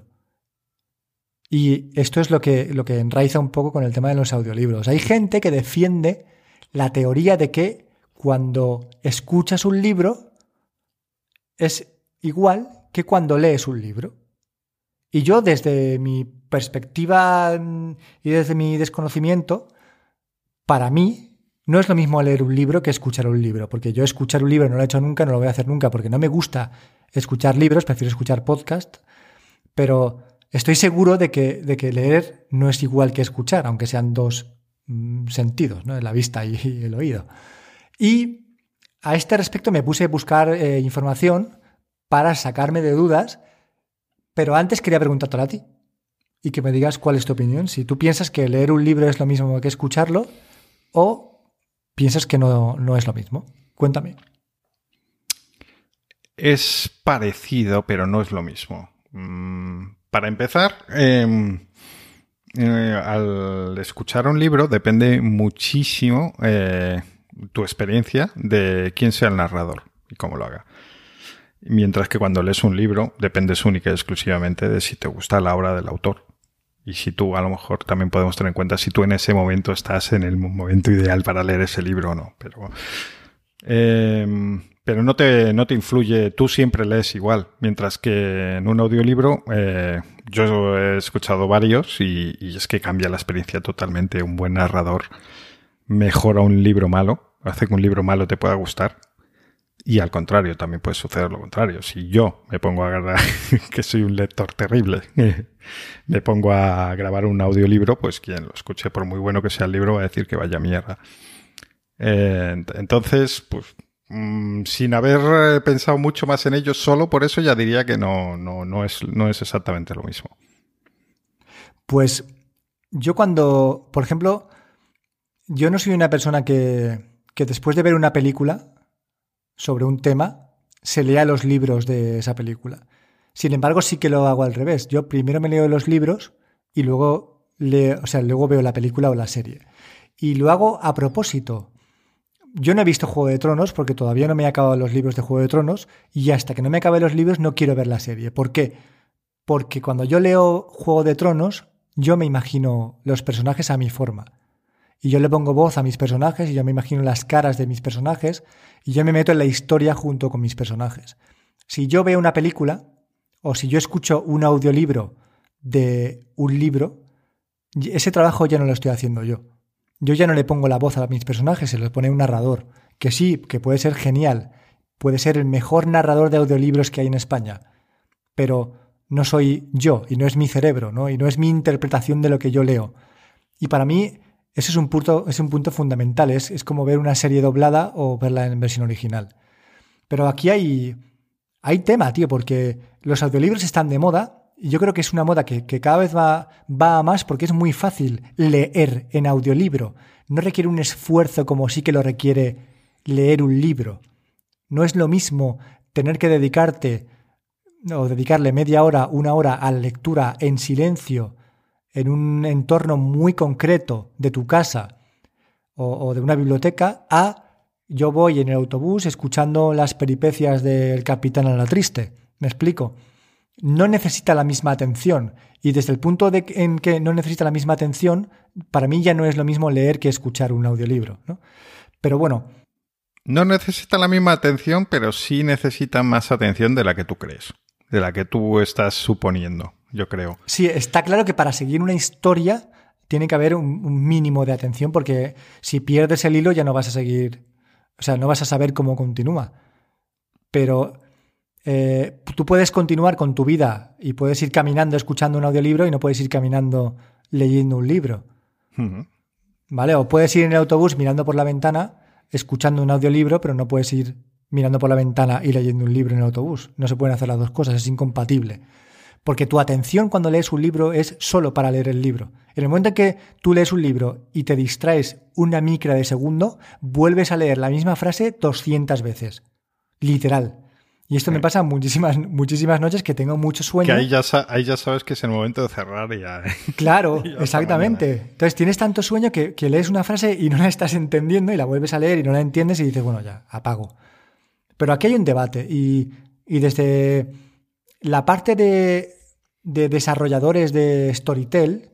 Y esto es lo que, lo que enraiza un poco con el tema de los audiolibros. Hay gente que defiende la teoría de que cuando escuchas un libro es igual que cuando lees un libro. Y yo, desde mi perspectiva y desde mi desconocimiento, para mí no es lo mismo leer un libro que escuchar un libro, porque yo escuchar un libro no lo he hecho nunca, no lo voy a hacer nunca, porque no me gusta escuchar libros, prefiero escuchar podcast, pero estoy seguro de que, de que leer no es igual que escuchar, aunque sean dos mm, sentidos, ¿no? La vista y, y el oído. Y a este respecto me puse a buscar eh, información para sacarme de dudas, pero antes quería preguntarte a ti y que me digas cuál es tu opinión, si tú piensas que leer un libro es lo mismo que escucharlo o piensas que no, no es lo mismo. Cuéntame. Es parecido, pero no es lo mismo. Mm, para empezar, eh, eh, al escuchar un libro depende muchísimo eh, tu experiencia de quién sea el narrador y cómo lo haga. Mientras que cuando lees un libro dependes única y exclusivamente de si te gusta la obra del autor. Y si tú, a lo mejor también podemos tener en cuenta si tú en ese momento estás en el momento ideal para leer ese libro o no. Pero, eh, pero no te, no te influye, tú siempre lees igual. Mientras que en un audiolibro, eh, yo he escuchado varios y, y es que cambia la experiencia totalmente. Un buen narrador mejora un libro malo, hace que un libro malo te pueda gustar. Y al contrario, también puede suceder lo contrario. Si yo me pongo a grabar, que soy un lector terrible, me pongo a grabar un audiolibro, pues quien lo escuche, por muy bueno que sea el libro, va a decir que vaya mierda. Eh, entonces, pues, mmm, sin haber pensado mucho más en ello, solo por eso ya diría que no, no, no es, no es exactamente lo mismo. Pues yo cuando, por ejemplo, yo no soy una persona que, que después de ver una película sobre un tema, se lea los libros de esa película. Sin embargo, sí que lo hago al revés. Yo primero me leo los libros y luego leo, o sea, luego veo la película o la serie. Y lo hago a propósito. Yo no he visto Juego de Tronos porque todavía no me he acabado los libros de Juego de Tronos y hasta que no me acabe los libros no quiero ver la serie. ¿Por qué? Porque cuando yo leo Juego de Tronos, yo me imagino los personajes a mi forma. Y yo le pongo voz a mis personajes y yo me imagino las caras de mis personajes y yo me meto en la historia junto con mis personajes. Si yo veo una película o si yo escucho un audiolibro de un libro, ese trabajo ya no lo estoy haciendo yo. Yo ya no le pongo la voz a mis personajes, se lo pone un narrador, que sí, que puede ser genial, puede ser el mejor narrador de audiolibros que hay en España, pero no soy yo y no es mi cerebro, ¿no? Y no es mi interpretación de lo que yo leo. Y para mí Eso es un punto, es un punto fundamental. Es, es como ver una serie doblada o verla en versión original. Pero aquí hay, hay tema, tío, porque los audiolibros están de moda y yo creo que es una moda que, que cada vez va, va a más porque es muy fácil leer en audiolibro. No requiere un esfuerzo como sí que lo requiere leer un libro. No es lo mismo tener que dedicarte o dedicarle media hora, una hora a la lectura en silencio en un entorno muy concreto de tu casa o, o de una biblioteca, a yo voy en el autobús escuchando las peripecias del Capitán a la Triste. ¿Me explico? No necesita la misma atención. Y desde el punto de en que no necesita la misma atención, para mí ya no es lo mismo leer que escuchar un audiolibro, ¿no? Pero bueno. No necesita la misma atención, pero sí necesita más atención de la que tú crees, de la que tú estás suponiendo. Yo creo. Sí, está claro que para seguir una historia tiene que haber un, un mínimo de atención porque si pierdes el hilo ya no vas a seguir, o sea, no vas a saber cómo continúa. Pero eh, tú puedes continuar con tu vida y puedes ir caminando escuchando un audiolibro y no puedes ir caminando leyendo un libro. Uh-huh. ¿Vale? O puedes ir en el autobús mirando por la ventana escuchando un audiolibro, pero no puedes ir mirando por la ventana y leyendo un libro en el autobús. No se pueden hacer las dos cosas, es incompatible. Porque tu atención cuando lees un libro es solo para leer el libro. En el momento en que tú lees un libro y te distraes una micra de segundo, vuelves a leer la misma frase doscientas veces. Literal. Y esto sí. me pasa muchísimas, muchísimas noches que tengo mucho sueño. Que ahí ya, ahí ya sabes que es el momento de cerrar y ya... Claro, ya exactamente. Entonces tienes tanto sueño que, que lees una frase y no la estás entendiendo y la vuelves a leer y no la entiendes y dices, bueno, ya, apago. Pero aquí hay un debate y, y desde... la parte de, de desarrolladores de Storytel,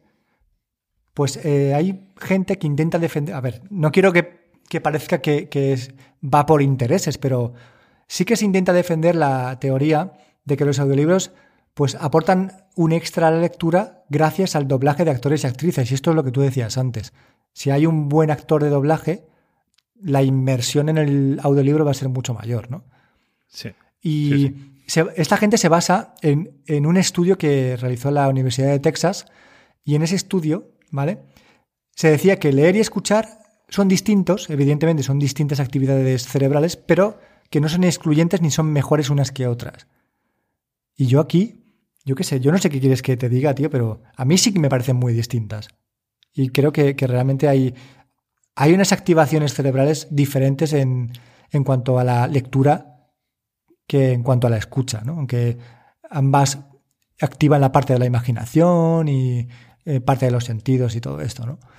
pues eh, hay gente que intenta defender... A ver, no quiero que, que parezca que, que es, va por intereses, pero sí que se intenta defender la teoría de que los audiolibros pues aportan un extra a la lectura gracias al doblaje de actores y actrices. Y esto es lo que tú decías antes. Si hay un buen actor de doblaje, la inmersión en el audiolibro va a ser mucho mayor, ¿no? Sí. Y sí, sí. Se, esta gente se basa en, en un estudio que realizó la Universidad de Texas, y en ese estudio, ¿vale?, se decía que leer y escuchar son distintos, evidentemente son distintas actividades cerebrales, pero que no son excluyentes ni son mejores unas que otras. Y yo aquí, yo qué sé, yo no sé qué quieres que te diga, tío, pero a mí sí que me parecen muy distintas. Y creo que, que realmente hay, hay unas activaciones cerebrales diferentes en, en cuanto a la lectura que en cuanto a la escucha, ¿no? Aunque ambas activan la parte de la imaginación y eh, parte de los sentidos y todo esto, ¿no?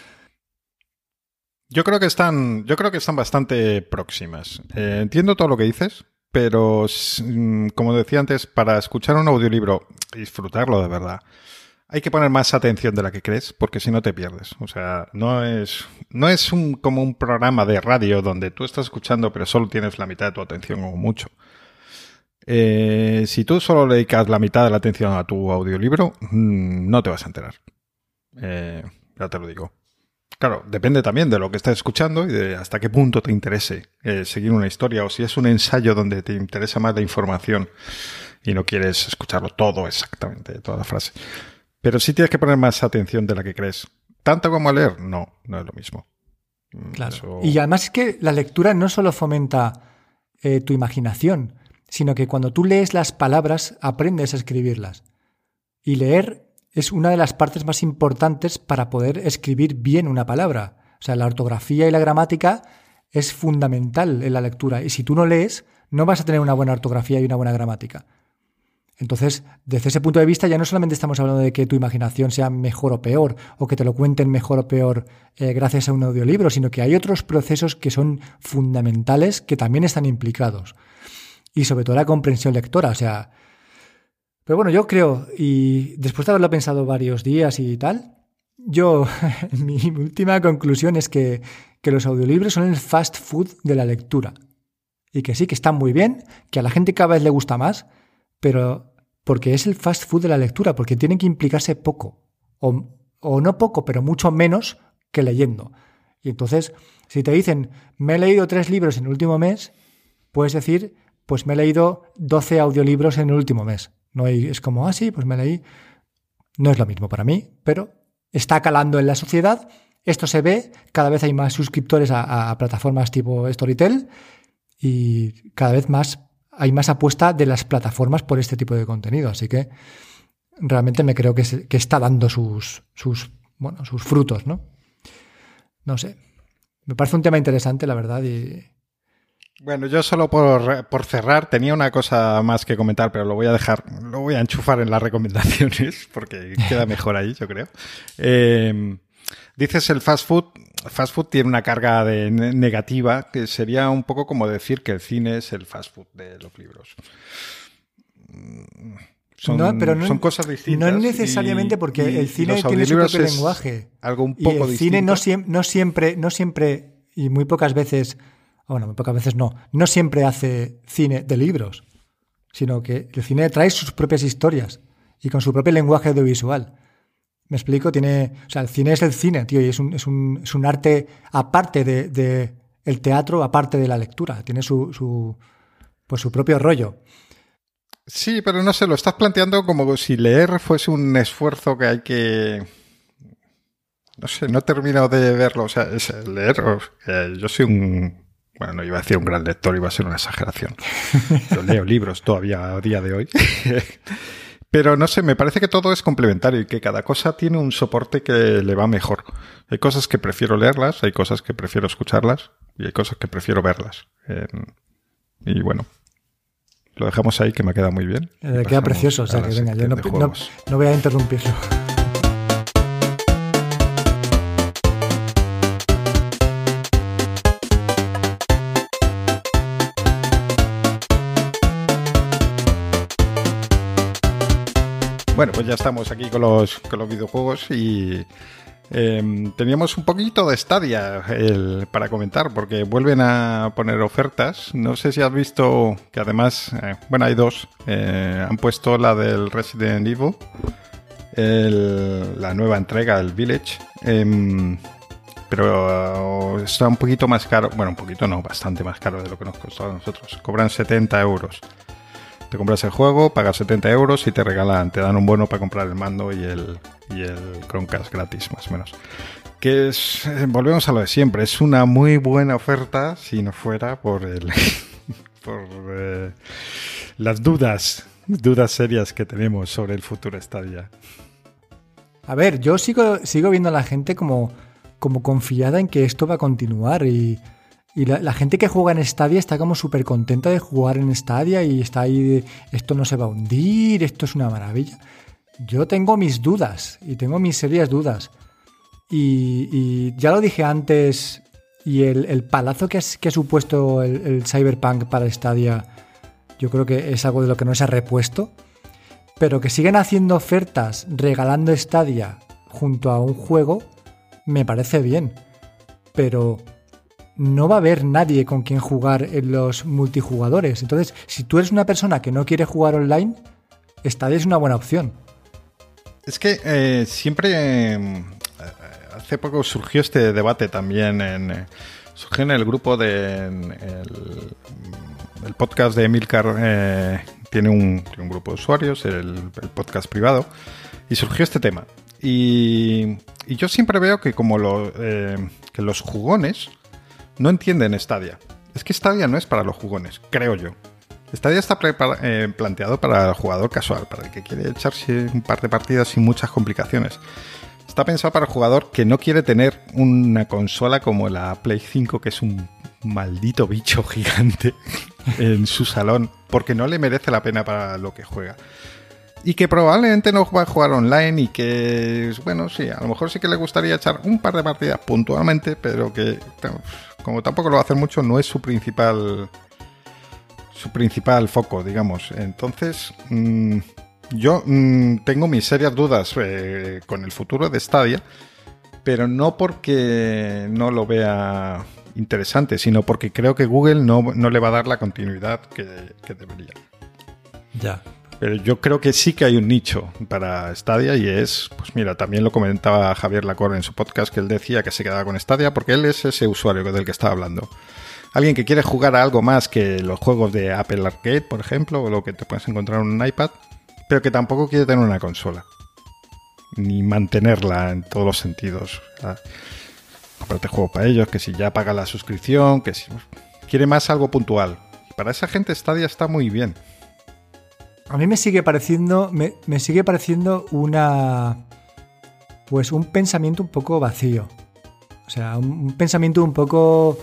Yo creo que están, yo creo que están bastante próximas. Eh, entiendo todo lo que dices, pero como decía antes, para escuchar un audiolibro y disfrutarlo de verdad, hay que poner más atención de la que crees, porque si no te pierdes. O sea, no es, no es un, como un programa de radio donde tú estás escuchando pero solo tienes la mitad de tu atención o mucho. Eh, si tú solo le dedicas la mitad de la atención a tu audiolibro, mmm, no te vas a enterar. Eh, ya te lo digo. Claro, depende también de lo que estés escuchando y de hasta qué punto te interese eh, seguir una historia, o si es un ensayo donde te interesa más la información y no quieres escucharlo todo exactamente, toda la frase. Pero sí tienes que poner más atención de la que crees. ¿Tanto como a leer? No, no es lo mismo. Claro. Eso... Y además es que la lectura no solo fomenta eh, tu imaginación, sino que cuando tú lees las palabras aprendes a escribirlas. Y leer es una de las partes más importantes para poder escribir bien una palabra. O sea, la ortografía y la gramática es fundamental en la lectura. Y si tú no lees, no vas a tener una buena ortografía y una buena gramática. Entonces, desde ese punto de vista, ya no solamente estamos hablando de que tu imaginación sea mejor o peor, o que te lo cuenten mejor o peor eh, gracias a un audiolibro, sino que hay otros procesos que son fundamentales que también están implicados. Y sobre todo la comprensión lectora, o sea... Pero bueno, yo creo, y después de haberlo pensado varios días y tal, yo, mi última conclusión es que, que los audiolibros son el fast food de la lectura. Y que sí, que están muy bien, que a la gente cada vez le gusta más, pero porque es el fast food de la lectura, porque tienen que implicarse poco, o, o no poco, pero mucho menos que leyendo. Y entonces, si te dicen, me he leído tres libros en el último mes, puedes decir, pues me he leído doce audiolibros en el último mes. No hay, es como, ah, sí, pues me leí. No es lo mismo para mí, pero está calando en la sociedad. Esto se ve, cada vez hay más suscriptores a, a plataformas tipo Storytel y cada vez más hay más apuesta de las plataformas por este tipo de contenido. Así que realmente me creo que, se, que está dando sus, sus, bueno, sus frutos, ¿no? No sé. Me parece un tema interesante, la verdad, y... Bueno, yo solo por, por cerrar tenía una cosa más que comentar, pero lo voy a dejar, lo voy a enchufar en las recomendaciones porque queda mejor ahí, yo creo. Eh, dices el fast food. Fast food tiene una carga de negativa que sería un poco como decir que el cine es el fast food de los libros. Son, no, pero no, son cosas distintas. No necesariamente, porque y, el cine tiene su propio lenguaje. Algo un poco y el distinto. cine no, no siempre, no siempre, y muy pocas veces... Bueno, muy pocas veces no. No siempre hace cine de libros, sino que el cine trae sus propias historias y con su propio lenguaje audiovisual. ¿Me explico? Tiene, o sea, el cine es el cine, tío, y es un, es un, es un arte aparte de, de el teatro, aparte de la lectura. Tiene su, su, pues su propio rollo. Sí, pero no sé, lo estás planteando como si leer fuese un esfuerzo que hay que... No sé, no termino de verlo. O sea, es leer... Eh, yo soy un... Bueno, no iba a decir un gran lector, iba a ser una exageración. Yo leo libros todavía a día de hoy. Pero no sé, me parece que todo es complementario y que cada cosa tiene un soporte que le va mejor. Hay cosas que prefiero leerlas, hay cosas que prefiero escucharlas y hay cosas que prefiero verlas. Eh, y bueno, lo dejamos ahí, que me queda muy bien. Me queda precioso, o sea que venga, yo no, no, no voy a interrumpirlo. Bueno, pues ya estamos aquí con los, con los videojuegos y Eh, teníamos un poquito de Stadia el, para comentar, porque vuelven a poner ofertas. No sé si has visto que además, eh, bueno, hay dos. Eh, han puesto la del Resident Evil, el, la nueva entrega, el Village. Eh, pero está un poquito más caro. Bueno, un poquito no, bastante más caro de lo que nos costó a nosotros. Cobran setenta euros. Te compras el juego, pagas setenta euros y te regalan, te dan un bono para comprar el mando y el, y el Chromecast gratis, más o menos. Que es, volvemos a lo de siempre, es una muy buena oferta si no fuera por el por eh, las dudas, dudas serias que tenemos sobre el futuro Stadia. A ver, yo sigo, sigo viendo a la gente como, como confiada en que esto va a continuar y... Y la, la gente que juega en Stadia está como súper contenta de jugar en Stadia y está ahí de, esto no se va a hundir, esto es una maravilla. Yo tengo mis dudas y tengo mis serias dudas. Y, y ya lo dije antes, y el, el palazo que, es, que ha supuesto el, el Cyberpunk para Stadia, yo creo que es algo de lo que no se ha repuesto. Pero que siguen haciendo ofertas regalando Stadia junto a un juego, me parece bien. Pero... no va a haber nadie con quien jugar en los multijugadores. Entonces, si tú eres una persona que no quiere jugar online, Stadia es una buena opción. Es que eh, siempre... Eh, hace poco surgió este debate también. En, eh, surgió en el grupo de... En el, el podcast de Emilcar eh, tiene, un, tiene un grupo de usuarios, el, el podcast privado, y surgió este tema. Y, y yo siempre veo que como lo, eh, que los jugones... no entienden Stadia. Es que Stadia no es para los jugones, creo yo. Stadia está prepara- eh, planteado para el jugador casual, para el que quiere echarse un par de partidas sin muchas complicaciones. Está pensado para el jugador que no quiere tener una consola como la Play cinco, que es un maldito bicho gigante en su salón, porque no le merece la pena para lo que juega. Y que probablemente no va a jugar online y que, bueno, sí, a lo mejor sí que le gustaría echar un par de partidas puntualmente, pero que, como tampoco lo va a hacer mucho, no es su principal su principal foco, digamos. Entonces, mmm, yo mmm, tengo mis serias dudas eh, con el futuro de Stadia, pero no porque no lo vea interesante, sino porque creo que Google no, no le va a dar la continuidad que, que debería. Ya. Pero yo creo que sí que hay un nicho para Stadia y es, pues mira, también lo comentaba Javier Lacor en su podcast, que él decía que se quedaba con Stadia porque él es ese usuario del que estaba hablando. Alguien que quiere jugar a algo más que los juegos de Apple Arcade, por ejemplo, o lo que te puedes encontrar en un iPad, pero que tampoco quiere tener una consola. Ni mantenerla en todos los sentidos. O sea, comprarte juegos para ellos, que si ya paga la suscripción, que si quiere más algo puntual. Y para esa gente Stadia está muy bien. A mí me sigue pareciendo, me, me sigue pareciendo una, pues un pensamiento un poco vacío. O sea, un, un pensamiento un poco,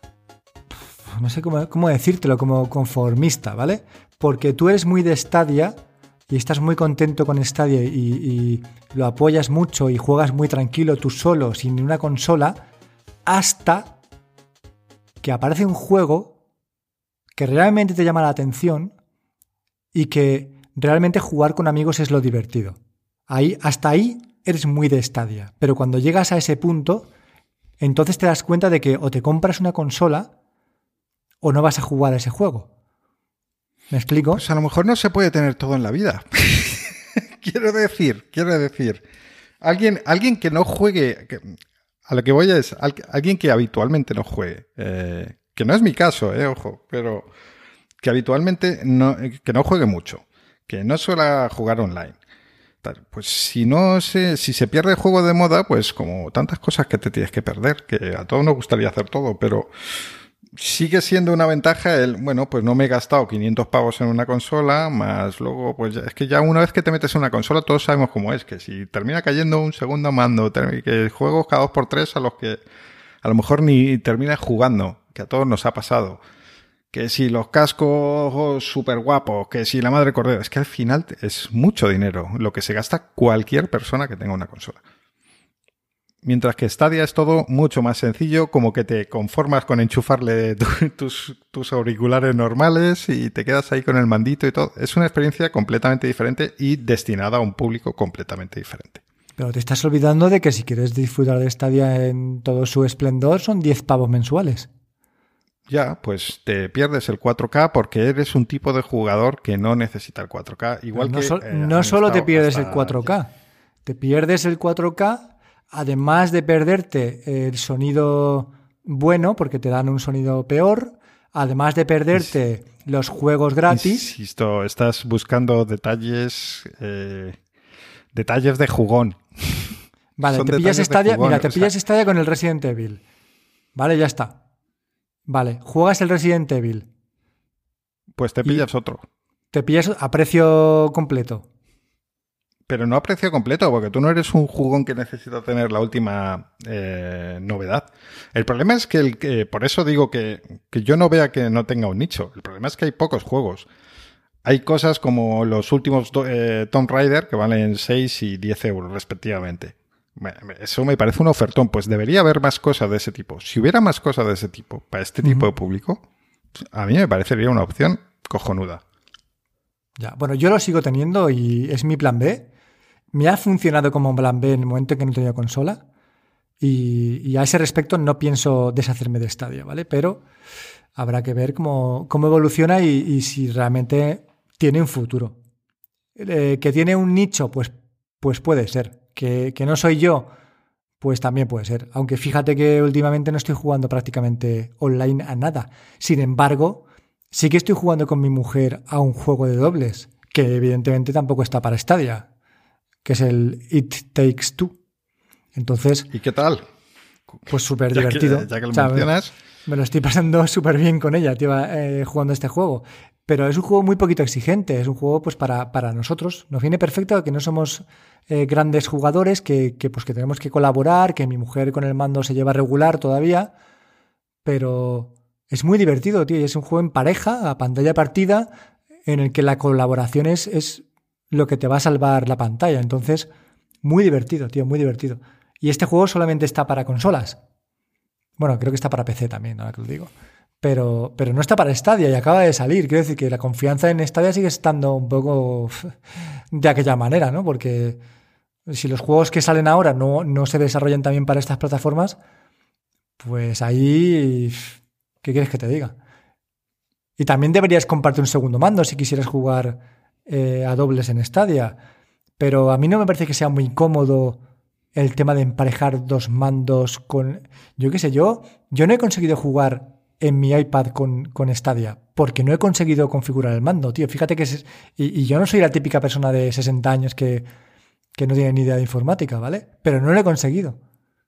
no sé cómo, cómo decírtelo, como conformista, ¿vale? Porque tú eres muy de Stadia y estás muy contento con Stadia y, y lo apoyas mucho y juegas muy tranquilo tú solo, sin una consola, hasta que aparece un juego que realmente te llama la atención y que realmente jugar con amigos es lo divertido. Ahí, hasta ahí eres muy de Stadia, pero cuando llegas a ese punto, entonces te das cuenta de que o te compras una consola o no vas a jugar a ese juego. ¿Me explico? Pues a lo mejor no se puede tener todo en la vida. quiero decir, quiero decir, alguien, alguien que no juegue, que, a lo que voy es, alguien que habitualmente no juegue, eh, que no es mi caso, eh, ojo, pero que habitualmente no, que no juegue mucho, que no suele jugar online. Pues si no se, si se pierde el juego de moda, pues como tantas cosas que te tienes que perder, que a todos nos gustaría hacer todo, pero sigue siendo una ventaja el, bueno, pues no me he gastado quinientos pavos en una consola, más luego, pues ya, es que ya una vez que te metes en una consola, todos sabemos cómo es, que si termina cayendo un segundo mando, que juegos cada dos por tres a los que a lo mejor ni terminas jugando, que a todos nos ha pasado. Que si los cascos súper guapos, que si la madre cordero, es que al final es mucho dinero lo que se gasta cualquier persona que tenga una consola. Mientras que Stadia es todo mucho más sencillo, como que te conformas con enchufarle tu, tus, tus auriculares normales y te quedas ahí con el mandito y todo. Es una experiencia completamente diferente y destinada a un público completamente diferente. Pero te estás olvidando de que si quieres disfrutar de Stadia en todo su esplendor son diez pavos mensuales. Ya, pues te pierdes el cuatro K porque eres un tipo de jugador que no necesita el cuatro K. Igual no que so, eh, no solo te pierdes el cuatro K, te pierdes el cuatro K, además de perderte el sonido bueno, porque te dan un sonido peor, además de perderte sí. los juegos gratis. Insisto, estás buscando detalles, eh, detalles de jugón. Vale, te pillas Stadia, mira, te pillas sea... Stadia con el Resident Evil. Vale, ya está. Vale, juegas el Resident Evil. Pues te pillas otro. Te pillas a precio completo. Pero no a precio completo, porque tú no eres un jugón que necesita tener la última eh, novedad. El problema es que, el, que por eso digo que, que yo no vea que no tenga un nicho. El problema es que hay pocos juegos. Hay cosas como los últimos eh, Tomb Raider que valen seis y diez euros respectivamente. Eso me parece un ofertón. Pues debería haber más cosas de ese tipo. Si hubiera más cosas de ese tipo para este tipo uh-huh. de público, a mí me parecería una opción cojonuda. Ya, bueno, yo lo sigo teniendo y es mi plan B. Me ha funcionado como un plan B en el momento en que no tenía consola y, y a ese respecto no pienso deshacerme de Stadia, ¿vale? Pero habrá que ver cómo, cómo evoluciona y, y si realmente tiene un futuro. Eh, ¿Que tiene un nicho? Pues, pues puede ser. Que, que no soy yo, pues también puede ser. Aunque fíjate que últimamente no estoy jugando prácticamente online a nada. Sin embargo, sí que estoy jugando con mi mujer a un juego de dobles, que evidentemente tampoco está para Stadia, que es el It Takes Two. Entonces, ¿y qué tal? Pues súper divertido. Ya que lo mencionas. Me, me lo estoy pasando súper bien con ella, tío, eh, jugando este juego. Pero es un juego muy poquito exigente, es un juego pues para, para nosotros. Nos viene perfecto que no somos eh, grandes jugadores, que, que, pues, que tenemos que colaborar, que mi mujer con el mando se lleva regular todavía, pero es muy divertido, tío, y es un juego en pareja, a pantalla partida, en el que la colaboración es, es lo que te va a salvar la pantalla. Entonces, muy divertido, tío, muy divertido. Y este juego solamente está para consolas. Bueno, creo que está para P C también, ahora que lo digo. Pero, pero no está para Stadia y acaba de salir. Quiero decir que la confianza en Stadia sigue estando un poco de aquella manera, ¿no? Porque si los juegos que salen ahora no, no se desarrollan también para estas plataformas, pues ahí, ¿qué quieres que te diga? Y también deberías comprarte un segundo mando si quisieras jugar eh, a dobles en Stadia. Pero a mí no me parece que sea muy cómodo el tema de emparejar dos mandos con... Yo qué sé, yo, yo no he conseguido jugar en mi iPad con, con Stadia, porque no he conseguido configurar el mando, tío. Fíjate que es... Y, y yo no soy la típica persona de sesenta años que, que no tiene ni idea de informática, ¿vale? Pero no lo he conseguido.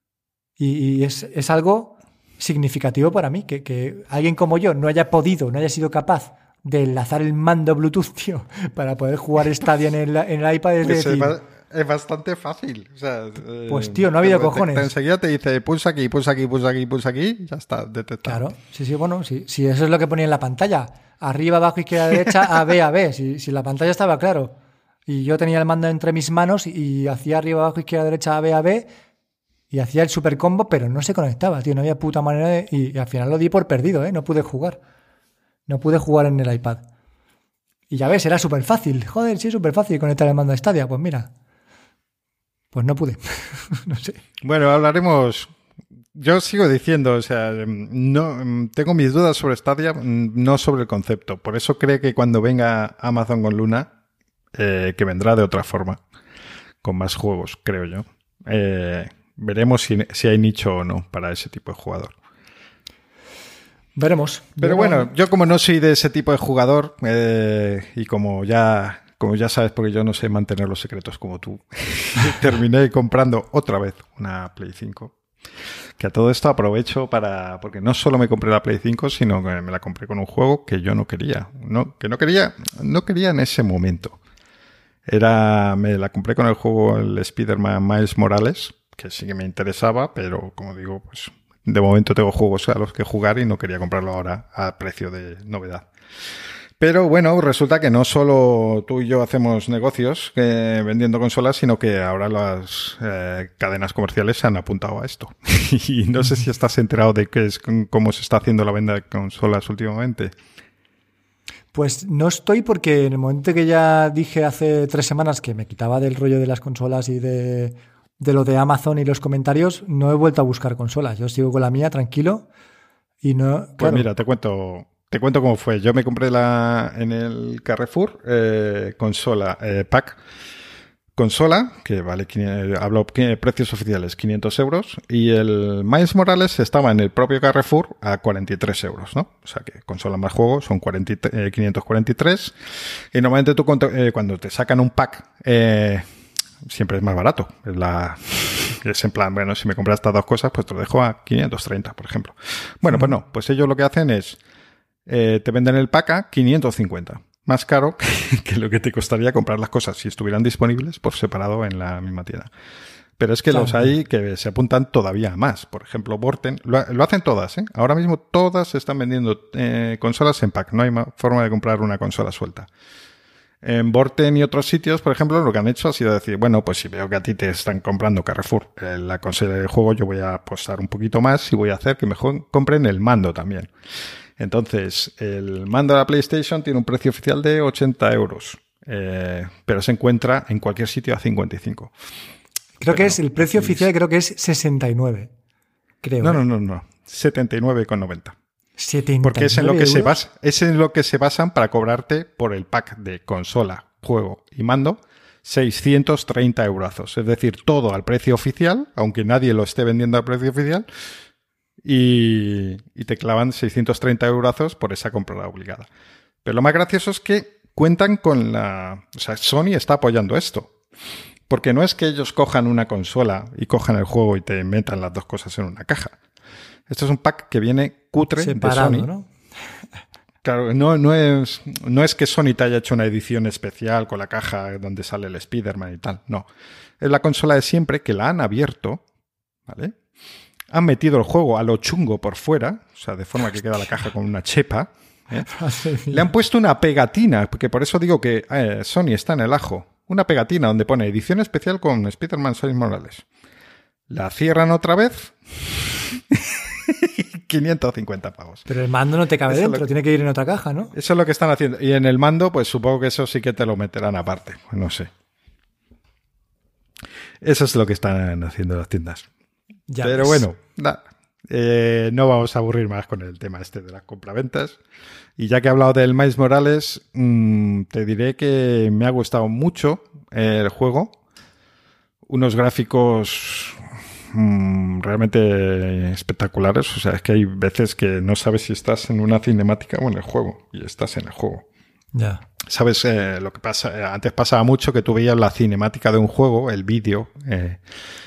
Y, y es, es algo significativo para mí, que, que alguien como yo no haya podido, no haya sido capaz de enlazar el mando Bluetooth, tío, para poder jugar Stadia en el, en el iPad. Es pues decir... Es bastante fácil. O sea, pues tío, no ha habido te, cojones. Te, te enseguida te dice pulsa aquí, pulsa aquí, pulsa aquí, pulsa aquí, ya está detectado. Claro, sí, sí, bueno, sí, sí, eso es lo que ponía en la pantalla. Arriba, abajo, izquierda, derecha, A, B, A, B. Si, si la pantalla estaba claro. Y yo tenía el mando entre mis manos y hacía arriba, abajo, izquierda, derecha, A, B, A, B. Y hacía el super combo, pero no se conectaba, tío. No había puta manera de... Y, y al final lo di por perdido, ¿eh? No pude jugar. No pude jugar en el iPad. Y ya ves, era súper fácil. Joder, sí, es súper fácil conectar el mando a Stadia. Pues mira... Pues no pude. No sé. Bueno, hablaremos. Yo sigo diciendo, o sea, no tengo mis dudas sobre Stadia, no sobre el concepto. Por eso creo que cuando venga Amazon con Luna, eh, que vendrá de otra forma, con más juegos, creo yo. Eh, veremos si, si hay nicho o no para ese tipo de jugador. Veremos. Pero bueno, yo como no soy de ese tipo de jugador eh, y como ya... Como ya sabes, porque yo no sé mantener los secretos como tú, terminé comprando otra vez una Play cinco. Que a todo esto aprovecho para... Porque no solo me compré la Play cinco, sino que me la compré con un juego que yo no quería. No, que no quería, no quería en ese momento. Era, me la compré con el juego el Spider-Man Miles Morales, que sí que me interesaba, pero como digo, pues de momento tengo juegos a los que jugar y no quería comprarlo ahora a precio de novedad. Pero bueno, resulta que no solo tú y yo hacemos negocios eh, vendiendo consolas, sino que ahora las eh, cadenas comerciales se han apuntado a esto. Y no sé si estás enterado de qué es, cómo se está haciendo la venta de consolas últimamente. Pues no estoy, porque en el momento que ya dije hace tres semanas que me quitaba del rollo de las consolas y de, de lo de Amazon y los comentarios, no he vuelto a buscar consolas. Yo sigo con la mía, tranquilo. Y no. Pues claro. mira, te cuento, te cuento cómo fue. Yo me compré la en el Carrefour eh, consola eh, pack. Consola, que vale, hablo precios oficiales, quinientos euros, y el Miles Morales estaba en el propio Carrefour a cuarenta y tres euros, ¿no? O sea que consola más juego son cuarenta, eh, quinientos cuarenta y tres, y normalmente tú eh, cuando te sacan un pack eh, siempre es más barato. Es, la, es en plan, bueno, si me compras estas dos cosas, pues te lo dejo a quinientos treinta, por ejemplo. Bueno, pues no, pues ellos lo que hacen es, eh, te venden el pack a quinientos cincuenta. Más caro que lo que te costaría comprar las cosas si estuvieran disponibles por separado en la misma tienda. Pero es que claro, los hay que se apuntan todavía más. Por ejemplo, Vorten, lo, lo hacen todas, ¿eh? Ahora mismo todas se están vendiendo eh, consolas en pack. No hay forma de comprar una consola suelta. En Vorten y otros sitios, por ejemplo, lo que han hecho ha sido decir, bueno, pues si veo que a ti te están comprando Carrefour eh, la consola de juego, yo voy a apostar un poquito más y voy a hacer que mejor compren el mando también. Entonces, el mando de la PlayStation tiene un precio oficial de ochenta euros, eh, pero se encuentra en cualquier sitio a cincuenta y cinco. Creo pero que es, no, el precio es... oficial creo que es sesenta y nueve. Creo. No, no, no, no. setenta y nueve con noventa. setenta y nueve Porque es en lo que euros. se basa, es en lo que se basan para cobrarte por el pack de consola, juego y mando seiscientos treinta eurazos. Es decir, todo al precio oficial, aunque nadie lo esté vendiendo al precio oficial. Y, y te clavan seiscientos treinta eurazos por esa compra obligada. Pero lo más gracioso es que cuentan con la... O sea, Sony está apoyando esto. Porque no es que ellos cojan una consola y cojan el juego y te metan las dos cosas en una caja. Esto es un pack que viene cutre separado, de Sony. ¿no? Claro, no, no, es, no es que Sony te haya hecho una edición especial con la caja donde sale el Spider-Man y tal. No. Es la consola de siempre que la han abierto, ¿vale? Han metido el juego a lo chungo por fuera, o sea, de forma que queda la caja con una chepa. ¿eh? Le han puesto una pegatina, porque por eso digo que eh, Sony está en el ajo. Una pegatina donde pone edición especial con Spider-Man Miles Morales. La cierran otra vez. quinientos cincuenta pavos. Pero el mando no te cabe eso dentro, que... tiene que ir en otra caja, ¿no? Eso es lo que están haciendo. Y en el mando, pues supongo que eso sí que te lo meterán aparte. No sé. Eso es lo que están haciendo las tiendas. Ya Pero ves. bueno, nah, eh, no vamos a aburrir más con el tema este de las compraventas. Y ya que he hablado del Miles Morales, mmm, te diré que me ha gustado mucho el juego. Unos gráficos mmm, realmente espectaculares. O sea, es que hay veces que no sabes si estás en una cinemática o en el juego. Y estás en el juego. Ya. ¿Sabes eh, lo que pasa? Antes pasaba mucho que tú veías la cinemática de un juego, el vídeo... Eh,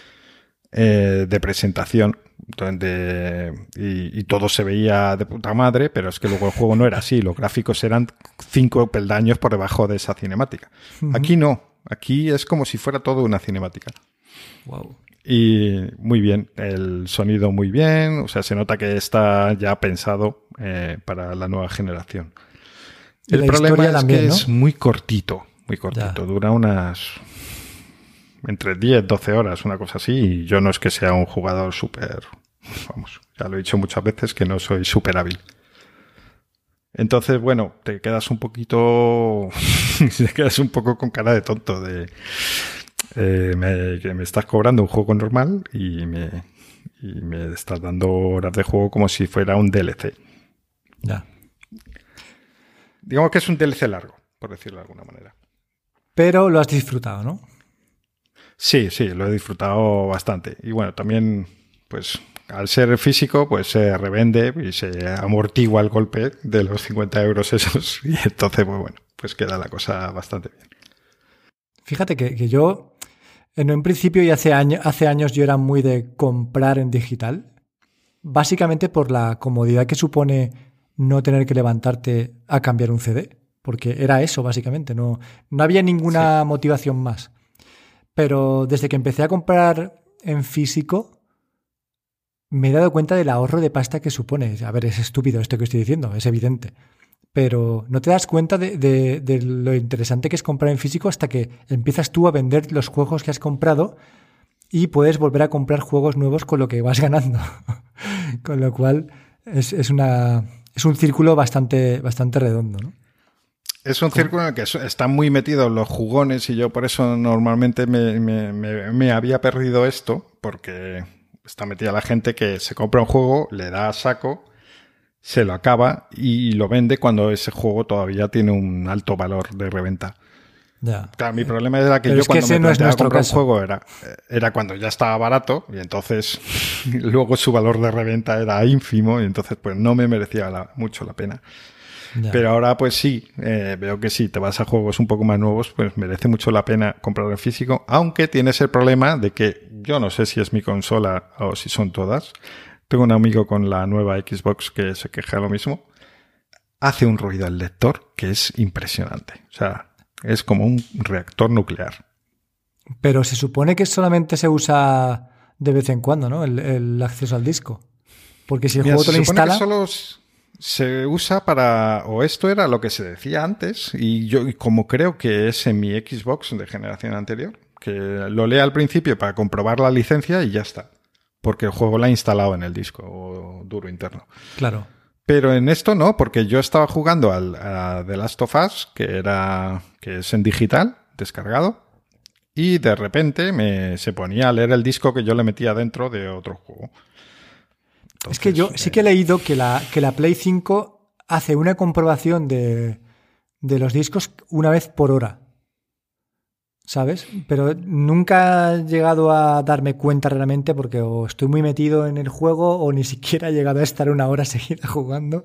Eh, de presentación donde y, y todo se veía de puta madre, pero es que luego el juego no era así, los gráficos eran cinco peldaños por debajo de esa cinemática. Uh-huh. Aquí no, aquí es como si fuera todo una cinemática. Wow. Y muy bien, el sonido muy bien, o sea, se nota que está ya pensado eh, para la nueva generación. El problema es también, que ¿no? es muy cortito, muy cortito, ya. Dura unas... entre diez, doce horas, una cosa así, y yo no es que sea un jugador súper, vamos, ya lo he dicho muchas veces que no soy súper hábil. Entonces, bueno, te quedas un poquito, te quedas un poco con cara de tonto de eh, me, que me estás cobrando un juego normal y me, y me estás dando horas de juego como si fuera un D L C. Ya. Digamos que es un D L C largo, por decirlo de alguna manera. Pero lo has disfrutado, ¿no? Sí, sí, lo he disfrutado bastante. Y bueno, también, pues, al ser físico, pues se revende y se amortigua el golpe de los cincuenta euros esos. Y entonces, pues bueno, pues queda la cosa bastante bien. Fíjate que, que yo, en un principio y hace, año, hace años yo era muy de comprar en digital. Básicamente por la comodidad que supone no tener que levantarte a cambiar un C D. Porque era eso, básicamente. No, no había ninguna sí. motivación más. Pero desde que empecé a comprar en físico, me he dado cuenta del ahorro de pasta que supone. A ver, es estúpido esto que estoy diciendo, es evidente. Pero no te das cuenta de, de, de lo interesante que es comprar en físico hasta que empiezas tú a vender los juegos que has comprado y puedes volver a comprar juegos nuevos con lo que vas ganando. Con lo cual es, es, una, es un círculo bastante, bastante redondo, ¿no? Es un círculo en el que están muy metidos los jugones y yo por eso normalmente me, me, me, me había perdido esto, porque está metida la gente que se compra un juego, le da a saco, se lo acaba y lo vende cuando ese juego todavía tiene un alto valor de reventa. Ya. Claro, mi problema era que Pero yo es cuando que me no es planteaba nuestro comprar caso. un juego era, era cuando ya estaba barato y entonces luego su valor de reventa era ínfimo y entonces pues no me merecía la, mucho la pena. Ya. Pero ahora pues sí, eh, veo que sí, te vas a juegos un poco más nuevos, pues merece mucho la pena comprarlo en físico, aunque tienes el problema de que yo no sé si es mi consola o si son todas. Tengo un amigo con la nueva Xbox que se queja de lo mismo. Hace un ruido el lector que es impresionante. O sea, es como un reactor nuclear. Pero se supone que solamente se usa de vez en cuando, ¿no? El, el acceso al disco. Porque si el Mira, juego te se lo supone instala... que solo se usa para, o esto era lo que se decía antes, y yo y como creo que es en mi Xbox de generación anterior, que lo lea al principio para comprobar la licencia y ya está. Porque el juego lo ha instalado en el disco duro interno. Claro. Pero en esto no, porque yo estaba jugando al a The Last of Us, que era que es en digital, descargado, y de repente me se ponía a leer el disco que yo le metía dentro de otro juego. Entonces, es que yo sí que he leído que la, que la Play cinco hace una comprobación de, de los discos una vez por hora. ¿Sabes? Pero nunca he llegado a darme cuenta realmente porque o estoy muy metido en el juego o ni siquiera he llegado a estar una hora seguida jugando.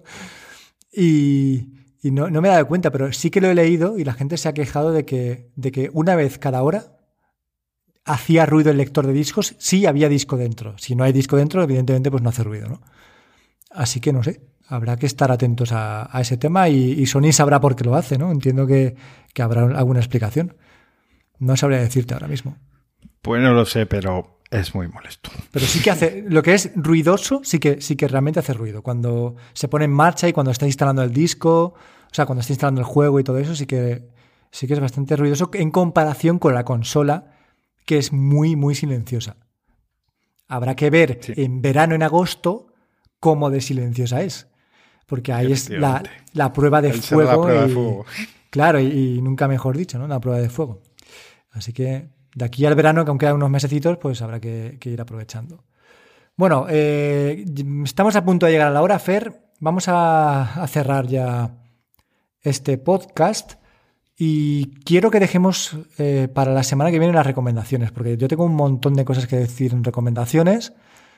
Y, y no, no me he dado cuenta, pero sí que lo he leído y la gente se ha quejado de que, de que una vez cada hora hacía ruido el lector de discos si había disco dentro. Si no hay disco dentro, evidentemente pues no hace ruido, ¿no? Así que no sé, habrá que estar atentos a, a ese tema y, y Sony sabrá por qué lo hace, ¿no? Entiendo que, que habrá alguna explicación. No sabría decirte ahora mismo. Pues no lo sé, pero es muy molesto. Pero sí que hace, lo que es ruidoso, sí que, sí que realmente hace ruido. Cuando se pone en marcha y cuando está instalando el disco, o sea, cuando está instalando el juego y todo eso, sí que, sí que es bastante ruidoso en comparación con la consola, que es muy, muy silenciosa. Habrá que ver sí. en verano, en agosto, cómo de silenciosa es. Porque ahí es la, la prueba de ahí fuego. La prueba y, de fuego. Claro, y, y nunca mejor dicho, ¿no? La prueba de fuego. Así que de aquí al verano, que aún quedan unos mesecitos, pues habrá que, que ir aprovechando. Bueno, eh, estamos a punto de llegar a la hora, Fer. Vamos a, a cerrar ya este podcast. Y quiero que dejemos eh, para la semana que viene las recomendaciones, porque yo tengo un montón de cosas que decir en recomendaciones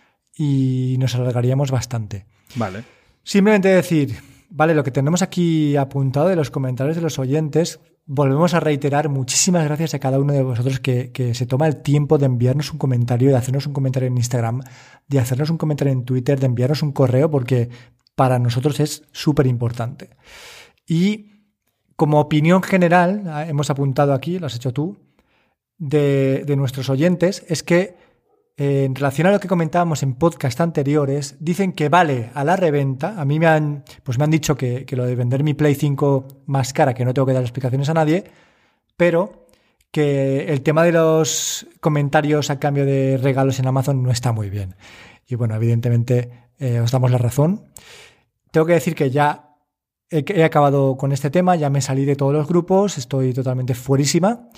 y nos alargaríamos bastante. Vale. Simplemente decir, vale, lo que tenemos aquí apuntado de los comentarios de los oyentes, volvemos a reiterar muchísimas gracias a cada uno de vosotros que, que se toma el tiempo de enviarnos un comentario, de hacernos un comentario en Instagram, de hacernos un comentario en Twitter, de enviarnos un correo, porque para nosotros es súper importante. Y como opinión general, hemos apuntado aquí, lo has hecho tú, de, de nuestros oyentes, es que eh, en relación a lo que comentábamos en podcast anteriores, dicen que vale a la reventa. A mí me han, pues me han dicho que, que lo de vender mi Play cinco más cara, que no tengo que dar explicaciones a nadie, pero que el tema de los comentarios a cambio de regalos en Amazon no está muy bien. Y bueno, evidentemente eh, os damos la razón. Tengo que decir que ya he acabado con este tema, ya me salí de todos los grupos, estoy totalmente fuerísima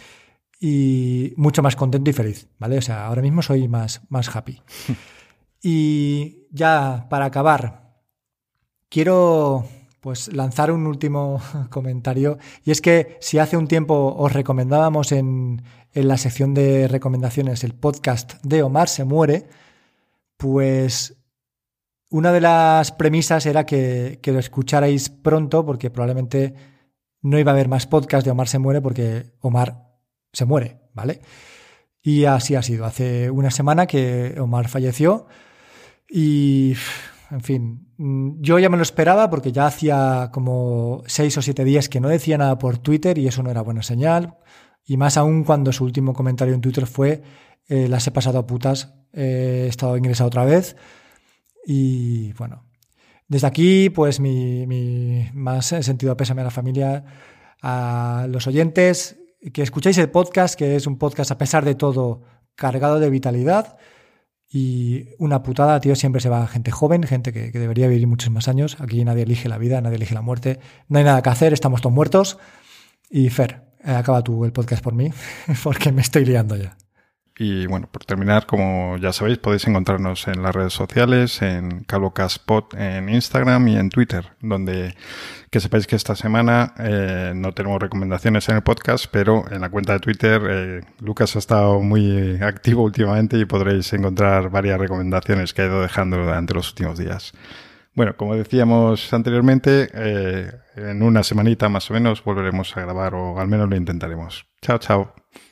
y mucho más contento y feliz, ¿vale? O sea, ahora mismo soy más, más happy. Y ya para acabar, quiero pues lanzar un último comentario, y es que si hace un tiempo os recomendábamos en, en la sección de recomendaciones el podcast de Omar se muere, pues una de las premisas era que, que lo escucharais pronto, porque probablemente no iba a haber más podcast de Omar se muere porque Omar se muere, ¿vale? Y así ha sido. Hace una semana que Omar falleció y, en fin, yo ya me lo esperaba porque ya hacía como seis o siete días que no decía nada por Twitter y eso no era buena señal. Y más aún cuando su último comentario en Twitter fue eh, las he pasado a putas, eh, he estado ingresado otra vez. Y bueno, desde aquí pues mi, mi más sentido pésame a la familia, a los oyentes, que escucháis el podcast, que es un podcast a pesar de todo cargado de vitalidad Y una putada, tío, siempre se va gente joven, gente que, que debería vivir muchos más años. Aquí nadie elige la vida, nadie elige la muerte. No hay nada que hacer, estamos todos muertos. Y Fer, eh, acaba tú el podcast por mí, porque me estoy liando ya. Y bueno, por terminar, como ya sabéis, podéis encontrarnos en las redes sociales, en CalvoCastPod en Instagram y en Twitter, donde que sepáis que esta semana eh, no tenemos recomendaciones en el podcast, pero en la cuenta de Twitter eh, Lucas ha estado muy activo últimamente y podréis encontrar varias recomendaciones que ha ido dejando durante los últimos días. Bueno, como decíamos anteriormente, eh, en una semanita más o menos volveremos a grabar, o al menos lo intentaremos. Chao, chao.